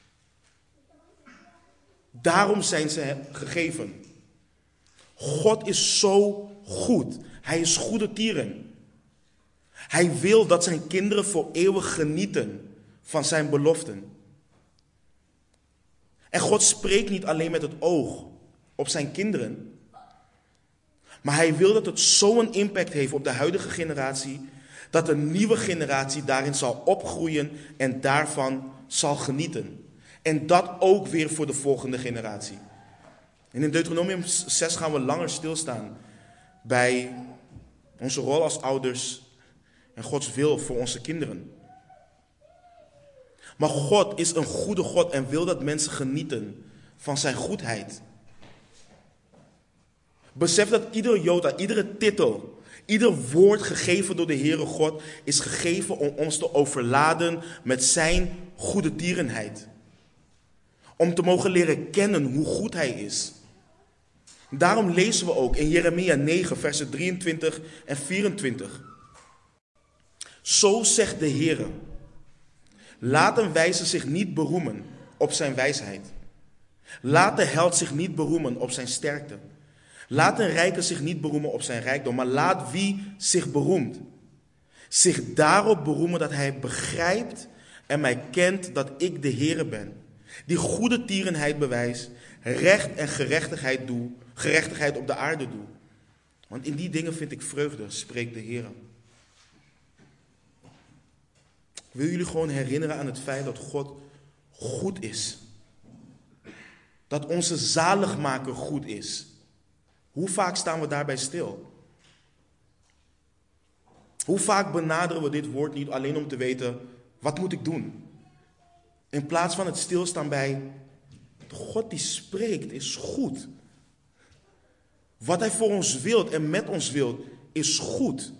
Daarom zijn ze gegeven. God is zo goed. Hij is goede tieren. Hij wil dat zijn kinderen voor eeuwig genieten van zijn beloften. En God spreekt niet alleen met het oog op zijn kinderen. Maar hij wil dat het zo'n impact heeft op de huidige generatie, dat een nieuwe generatie daarin zal opgroeien en daarvan zal genieten. En dat ook weer voor de volgende generatie. En in Deuteronomium 6 gaan we langer stilstaan bij onze rol als ouders en Gods wil voor onze kinderen. Maar God is een goede God en wil dat mensen genieten van zijn goedheid. Besef dat ieder jota, iedere titel, ieder woord gegeven door de Heere God is gegeven om ons te overladen met zijn goede tierenheid. Om te mogen leren kennen hoe goed hij is. Daarom lezen we ook in Jeremia 9, versen 23 en 24. Zo zegt de Heere: laat een wijze zich niet beroemen op zijn wijsheid. Laat de held zich niet beroemen op zijn sterkte. Laat een rijke zich niet beroemen op zijn rijkdom, maar laat wie zich beroemt zich daarop beroemen dat hij begrijpt en mij kent dat ik de Heere ben. Die goede tierenheid bewijst, recht en gerechtigheid op de aarde doe. Want in die dingen vind ik vreugde, spreekt de Heere. Ik wil jullie gewoon herinneren aan het feit dat God goed is. Dat onze zaligmaker goed is. Hoe vaak staan we daarbij stil? Hoe vaak benaderen we dit woord niet alleen om te weten, wat moet ik doen? In plaats van het stilstaan bij, de God die spreekt is goed. Wat hij voor ons wilt en met ons wilt is goed.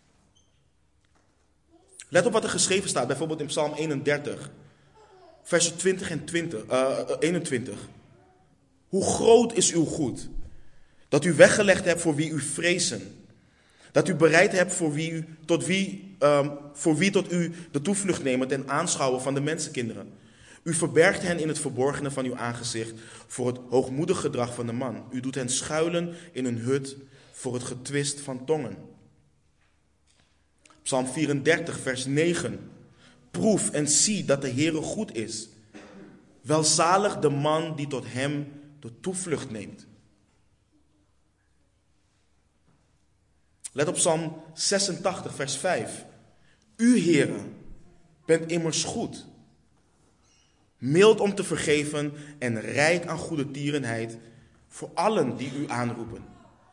Let op wat er geschreven staat, bijvoorbeeld in Psalm 31, versen 20 en 21. Hoe groot is uw goed, dat u weggelegd hebt voor wie u vrezen. Dat u bereid hebt voor wie tot u de toevlucht nemen ten aanschouwen van de mensenkinderen. U verbergt hen in het verborgene van uw aangezicht voor het hoogmoedig gedrag van de man. U doet hen schuilen in een hut voor het getwist van tongen. Psalm 34, vers 9. Proef en zie dat de Heere goed is. Welzalig de man die tot hem de toevlucht neemt. Let op Psalm 86, vers 5. U, Heere, bent immers goed. Mild om te vergeven en rijk aan goede tierenheid voor allen die u aanroepen.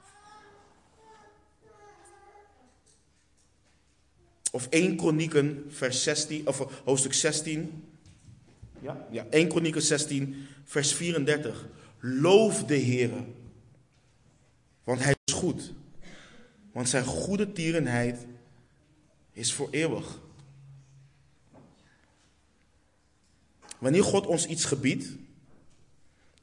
Of 1 Kronieken, vers 16, of hoofdstuk 16. Ja, 1 Kronieken 16, vers 34. Loof de Heere, want hij is goed. Want zijn goede tierenheid is voor eeuwig. Wanneer God ons iets gebiedt,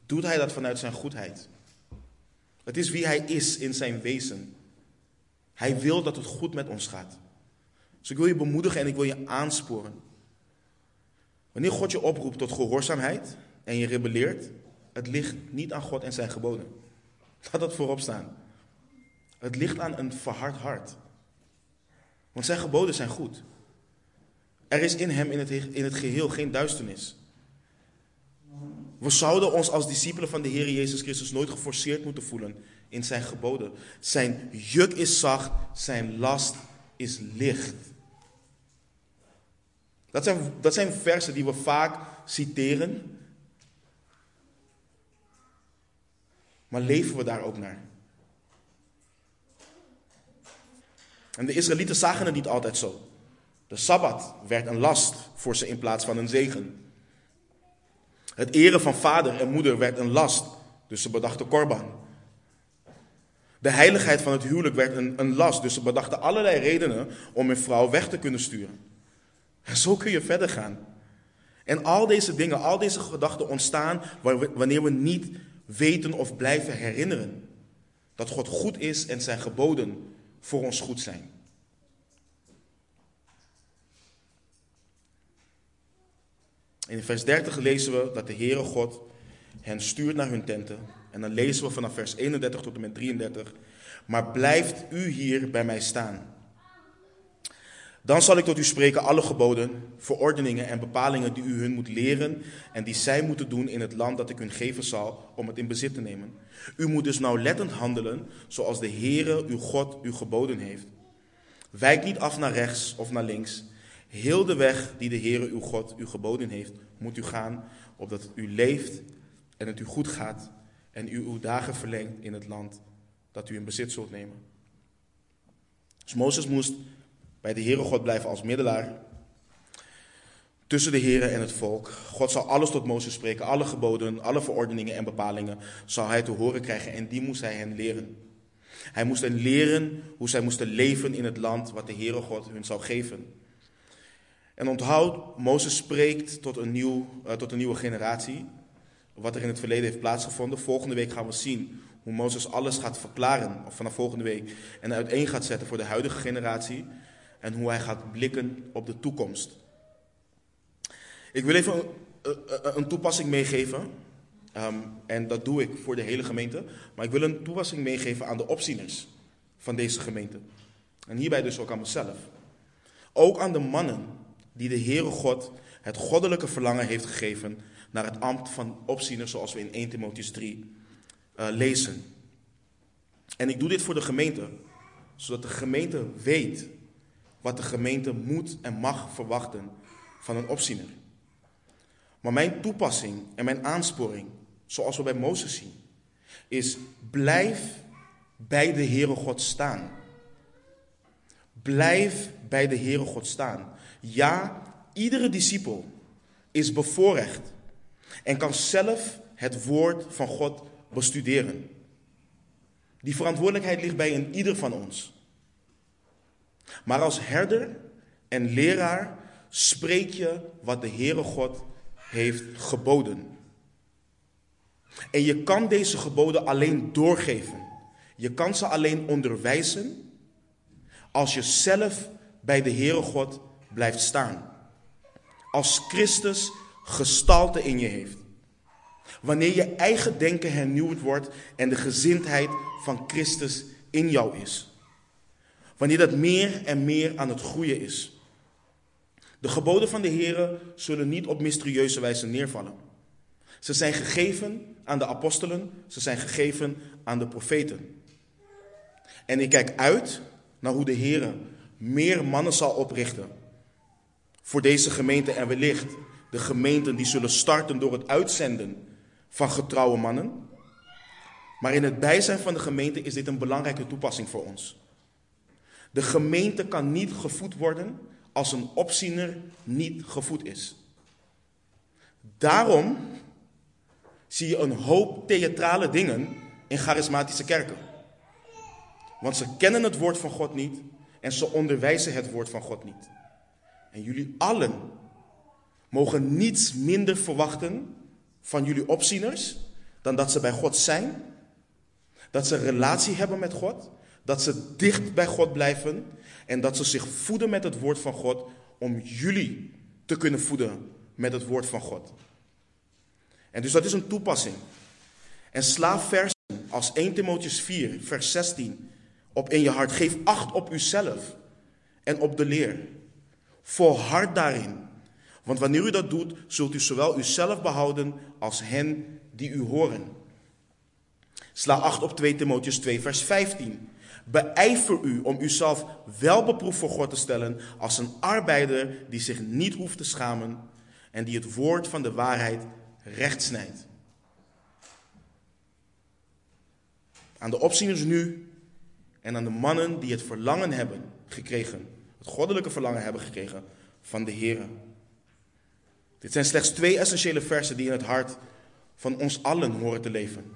doet hij dat vanuit zijn goedheid. Het is wie hij is in zijn wezen. Hij wil dat het goed met ons gaat. Dus ik wil je bemoedigen en ik wil je aansporen. Wanneer God je oproept tot gehoorzaamheid en je rebelleert, het ligt niet aan God en zijn geboden. Laat dat voorop staan. Het ligt aan een verhard hart. Want zijn geboden zijn goed. Er is in hem in het geheel geen duisternis. We zouden ons als discipelen van de Heer Jezus Christus nooit geforceerd moeten voelen in zijn geboden. Zijn juk is zacht, zijn last is licht. Dat zijn versen die we vaak citeren. Maar leven we daar ook naar? En de Israëlieten zagen het niet altijd zo. De Sabbat werd een last voor ze in plaats van een zegen. Het eren van vader en moeder werd een last, dus ze bedachten korban. De heiligheid van het huwelijk werd een last, dus ze bedachten allerlei redenen om een vrouw weg te kunnen sturen. En zo kun je verder gaan. En al deze dingen, al deze gedachten ontstaan wanneer we niet weten of blijven herinneren dat God goed is en zijn geboden voor ons goed zijn. In vers 30 lezen we dat de Heere God hen stuurt naar hun tenten. En dan lezen we vanaf vers 31 tot en met 33. Maar blijft u hier bij mij staan. Dan zal ik tot u spreken alle geboden, verordeningen en bepalingen die u hun moet leren en die zij moeten doen in het land dat ik hun geven zal om het in bezit te nemen. U moet dus nauwlettend handelen zoals de Heere uw God u geboden heeft. Wijk niet af naar rechts of naar links. Heel de weg die de Heere uw God u geboden heeft, moet u gaan, opdat u leeft en het u goed gaat en u uw dagen verlengt in het land dat u in bezit zult nemen. Dus Mozes moest bij de Heere God blijven als middelaar tussen de Heere en het volk. God zal alles tot Mozes spreken, alle geboden, alle verordeningen en bepalingen zal hij te horen krijgen en die moest hij hen leren. Hij moest hen leren hoe zij moesten leven in het land wat de Heere God hun zou geven. En onthoud, Mozes spreekt tot een nieuwe generatie, wat er in het verleden heeft plaatsgevonden. Volgende week gaan we zien hoe Mozes alles gaat verklaren, of vanaf volgende week, en uiteen gaat zetten voor de huidige generatie. En hoe hij gaat blikken op de toekomst. Ik wil even een toepassing meegeven. En dat doe ik voor de hele gemeente. Maar ik wil een toepassing meegeven aan de opzieners van deze gemeente. En hierbij dus ook aan mezelf. Ook aan de mannen die de Heere God het goddelijke verlangen heeft gegeven naar het ambt van opziener, zoals we in 1 Timotheüs 3 lezen. En ik doe dit voor de gemeente, zodat de gemeente weet wat de gemeente moet en mag verwachten van een opziener. Maar mijn toepassing en mijn aansporing, zoals we bij Mozes zien, is blijf bij de Heere God staan. Blijf bij de Heere God staan. Ja, iedere discipel is bevoorrecht en kan zelf het woord van God bestuderen. Die verantwoordelijkheid ligt bij een ieder van ons. Maar als herder en leraar spreek je wat de Heere God heeft geboden. En je kan deze geboden alleen doorgeven. Je kan ze alleen onderwijzen als je zelf bij de Heere God blijft staan. Als Christus gestalte in je heeft. Wanneer je eigen denken hernieuwd wordt en de gezindheid van Christus in jou is. Wanneer dat meer en meer aan het groeien is. De geboden van de Heere zullen niet op mysterieuze wijze neervallen. Ze zijn gegeven aan de apostelen, ze zijn gegeven aan de profeten. En ik kijk uit naar hoe de Heere meer mannen zal oprichten voor deze gemeente en wellicht de gemeenten die zullen starten door het uitzenden van getrouwe mannen. Maar in het bijzijn van de gemeente is dit een belangrijke toepassing voor ons. De gemeente kan niet gevoed worden als een opziener niet gevoed is. Daarom zie je een hoop theatrale dingen in charismatische kerken. Want ze kennen het woord van God niet en ze onderwijzen het woord van God niet. En jullie allen mogen niets minder verwachten van jullie opzieners dan dat ze bij God zijn, dat ze een relatie hebben met God, dat ze dicht bij God blijven en dat ze zich voeden met het woord van God om jullie te kunnen voeden met het woord van God. En dus dat is een toepassing. En sla versen als 1 Timotheüs 4, vers 16 op in je hart. Geef acht op uzelf en op de leer. Volhard daarin. Want wanneer u dat doet, zult u zowel uzelf behouden als hen die u horen. Sla acht op 2 Timotheüs 2, vers 15. Beijver u om uzelf wel beproefd voor God te stellen als een arbeider die zich niet hoeft te schamen en die het woord van de waarheid recht snijdt. Aan de opzieners nu en aan de mannen die het verlangen hebben gekregen, het goddelijke verlangen hebben gekregen van de Here. Dit zijn slechts 2 essentiële versen die in het hart van ons allen horen te leven.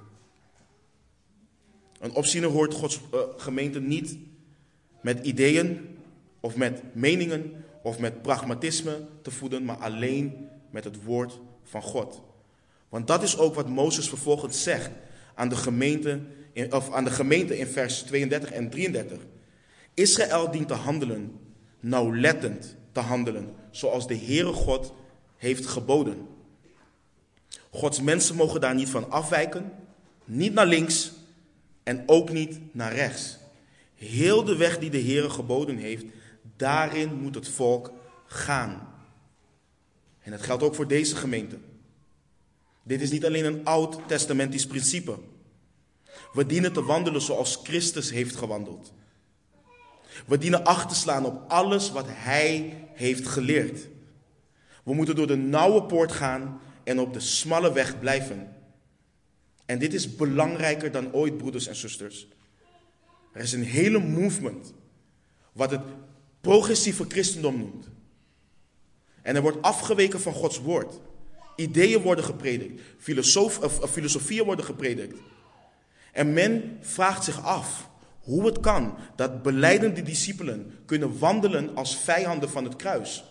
Een opziener hoort Gods gemeente niet met ideeën of met meningen of met pragmatisme te voeden, maar alleen met het woord van God. Want dat is ook wat Mozes vervolgens zegt aan de gemeente in vers 32 en 33. Israël dient te handelen, nauwlettend te handelen, zoals de Heere God heeft geboden. Gods mensen mogen daar niet van afwijken, niet naar links en ook niet naar rechts. Heel de weg die de Heere geboden heeft, daarin moet het volk gaan. En dat geldt ook voor deze gemeente. Dit is niet alleen een oud-testamentisch principe. We dienen te wandelen zoals Christus heeft gewandeld. We dienen acht te slaan op alles wat Hij heeft geleerd. We moeten door de nauwe poort gaan en op de smalle weg blijven. En dit is belangrijker dan ooit, broeders en zusters. Er is een hele movement, wat het progressieve christendom noemt. En er wordt afgeweken van Gods woord. Ideeën worden gepredikt, filosofieën worden gepredikt. En men vraagt zich af hoe het kan dat belijdende discipelen kunnen wandelen als vijanden van het kruis.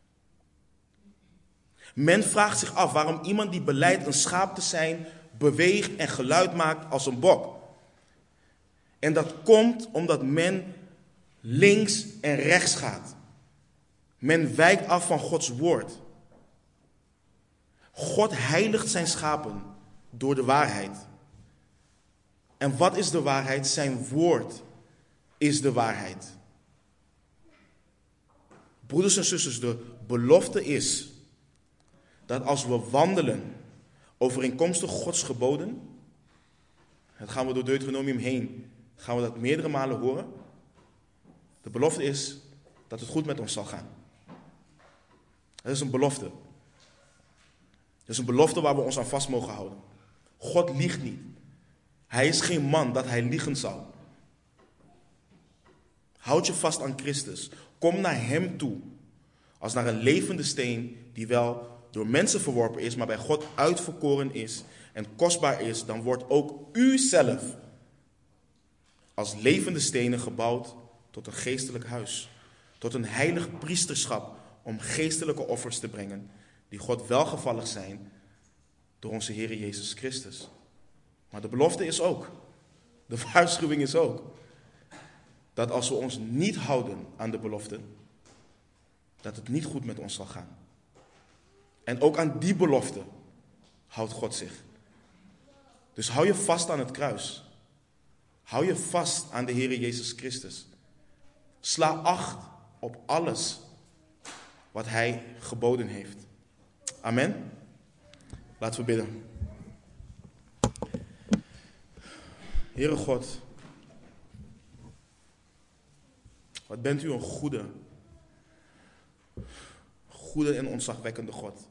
Men vraagt zich af waarom iemand die belijdt een schaap te zijn, beweegt en geluid maakt als een bok. En dat komt omdat men links en rechts gaat. Men wijkt af van Gods woord. God heiligt zijn schapen door de waarheid. En wat is de waarheid? Zijn woord is de waarheid. Broeders en zusters, de belofte is dat als we wandelen overeenkomstig Gods geboden, dat gaan we door Deuteronomium heen, gaan we dat meerdere malen horen. De belofte is dat het goed met ons zal gaan. Dat is een belofte. Dat is een belofte waar we ons aan vast mogen houden. God liegt niet. Hij is geen man dat hij liegen zal. Houd je vast aan Christus. Kom naar hem toe. Als naar een levende steen die wel door mensen verworpen is, maar bij God uitverkoren is en kostbaar is, dan wordt ook u zelf als levende stenen gebouwd tot een geestelijk huis. Tot een heilig priesterschap om geestelijke offers te brengen die God welgevallig zijn door onze Heer Jezus Christus. Maar de belofte is ook, de waarschuwing is ook, dat als we ons niet houden aan de belofte, dat het niet goed met ons zal gaan. En ook aan die belofte houdt God zich. Dus hou je vast aan het kruis. Hou je vast aan de Heer Jezus Christus. Sla acht op alles wat Hij geboden heeft. Amen. Laten we bidden. Heere God, wat bent u een goede en ontzagwekkende God.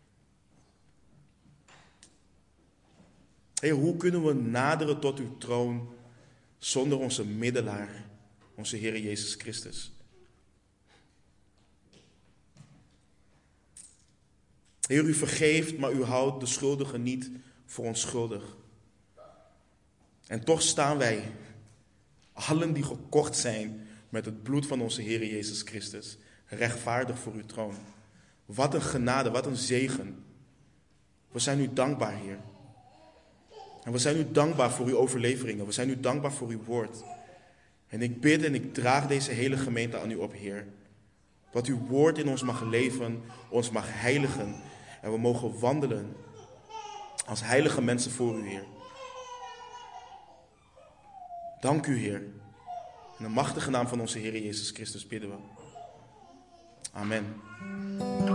Heer, hoe kunnen we naderen tot uw troon zonder onze middelaar, onze Heer Jezus Christus? Heer, u vergeeft, maar u houdt de schuldigen niet voor onschuldig. En toch staan wij, allen die gekocht zijn met het bloed van onze Heer Jezus Christus, rechtvaardig voor uw troon. Wat een genade, wat een zegen. We zijn u dankbaar, Heer. En we zijn u dankbaar voor uw overleveringen. We zijn u dankbaar voor uw woord. En ik bid en ik draag deze hele gemeente aan u op, Heer. Dat uw woord in ons mag leven, ons mag heiligen. En we mogen wandelen als heilige mensen voor u, Heer. Dank u, Heer. In de machtige naam van onze Heer Jezus Christus bidden we. Amen.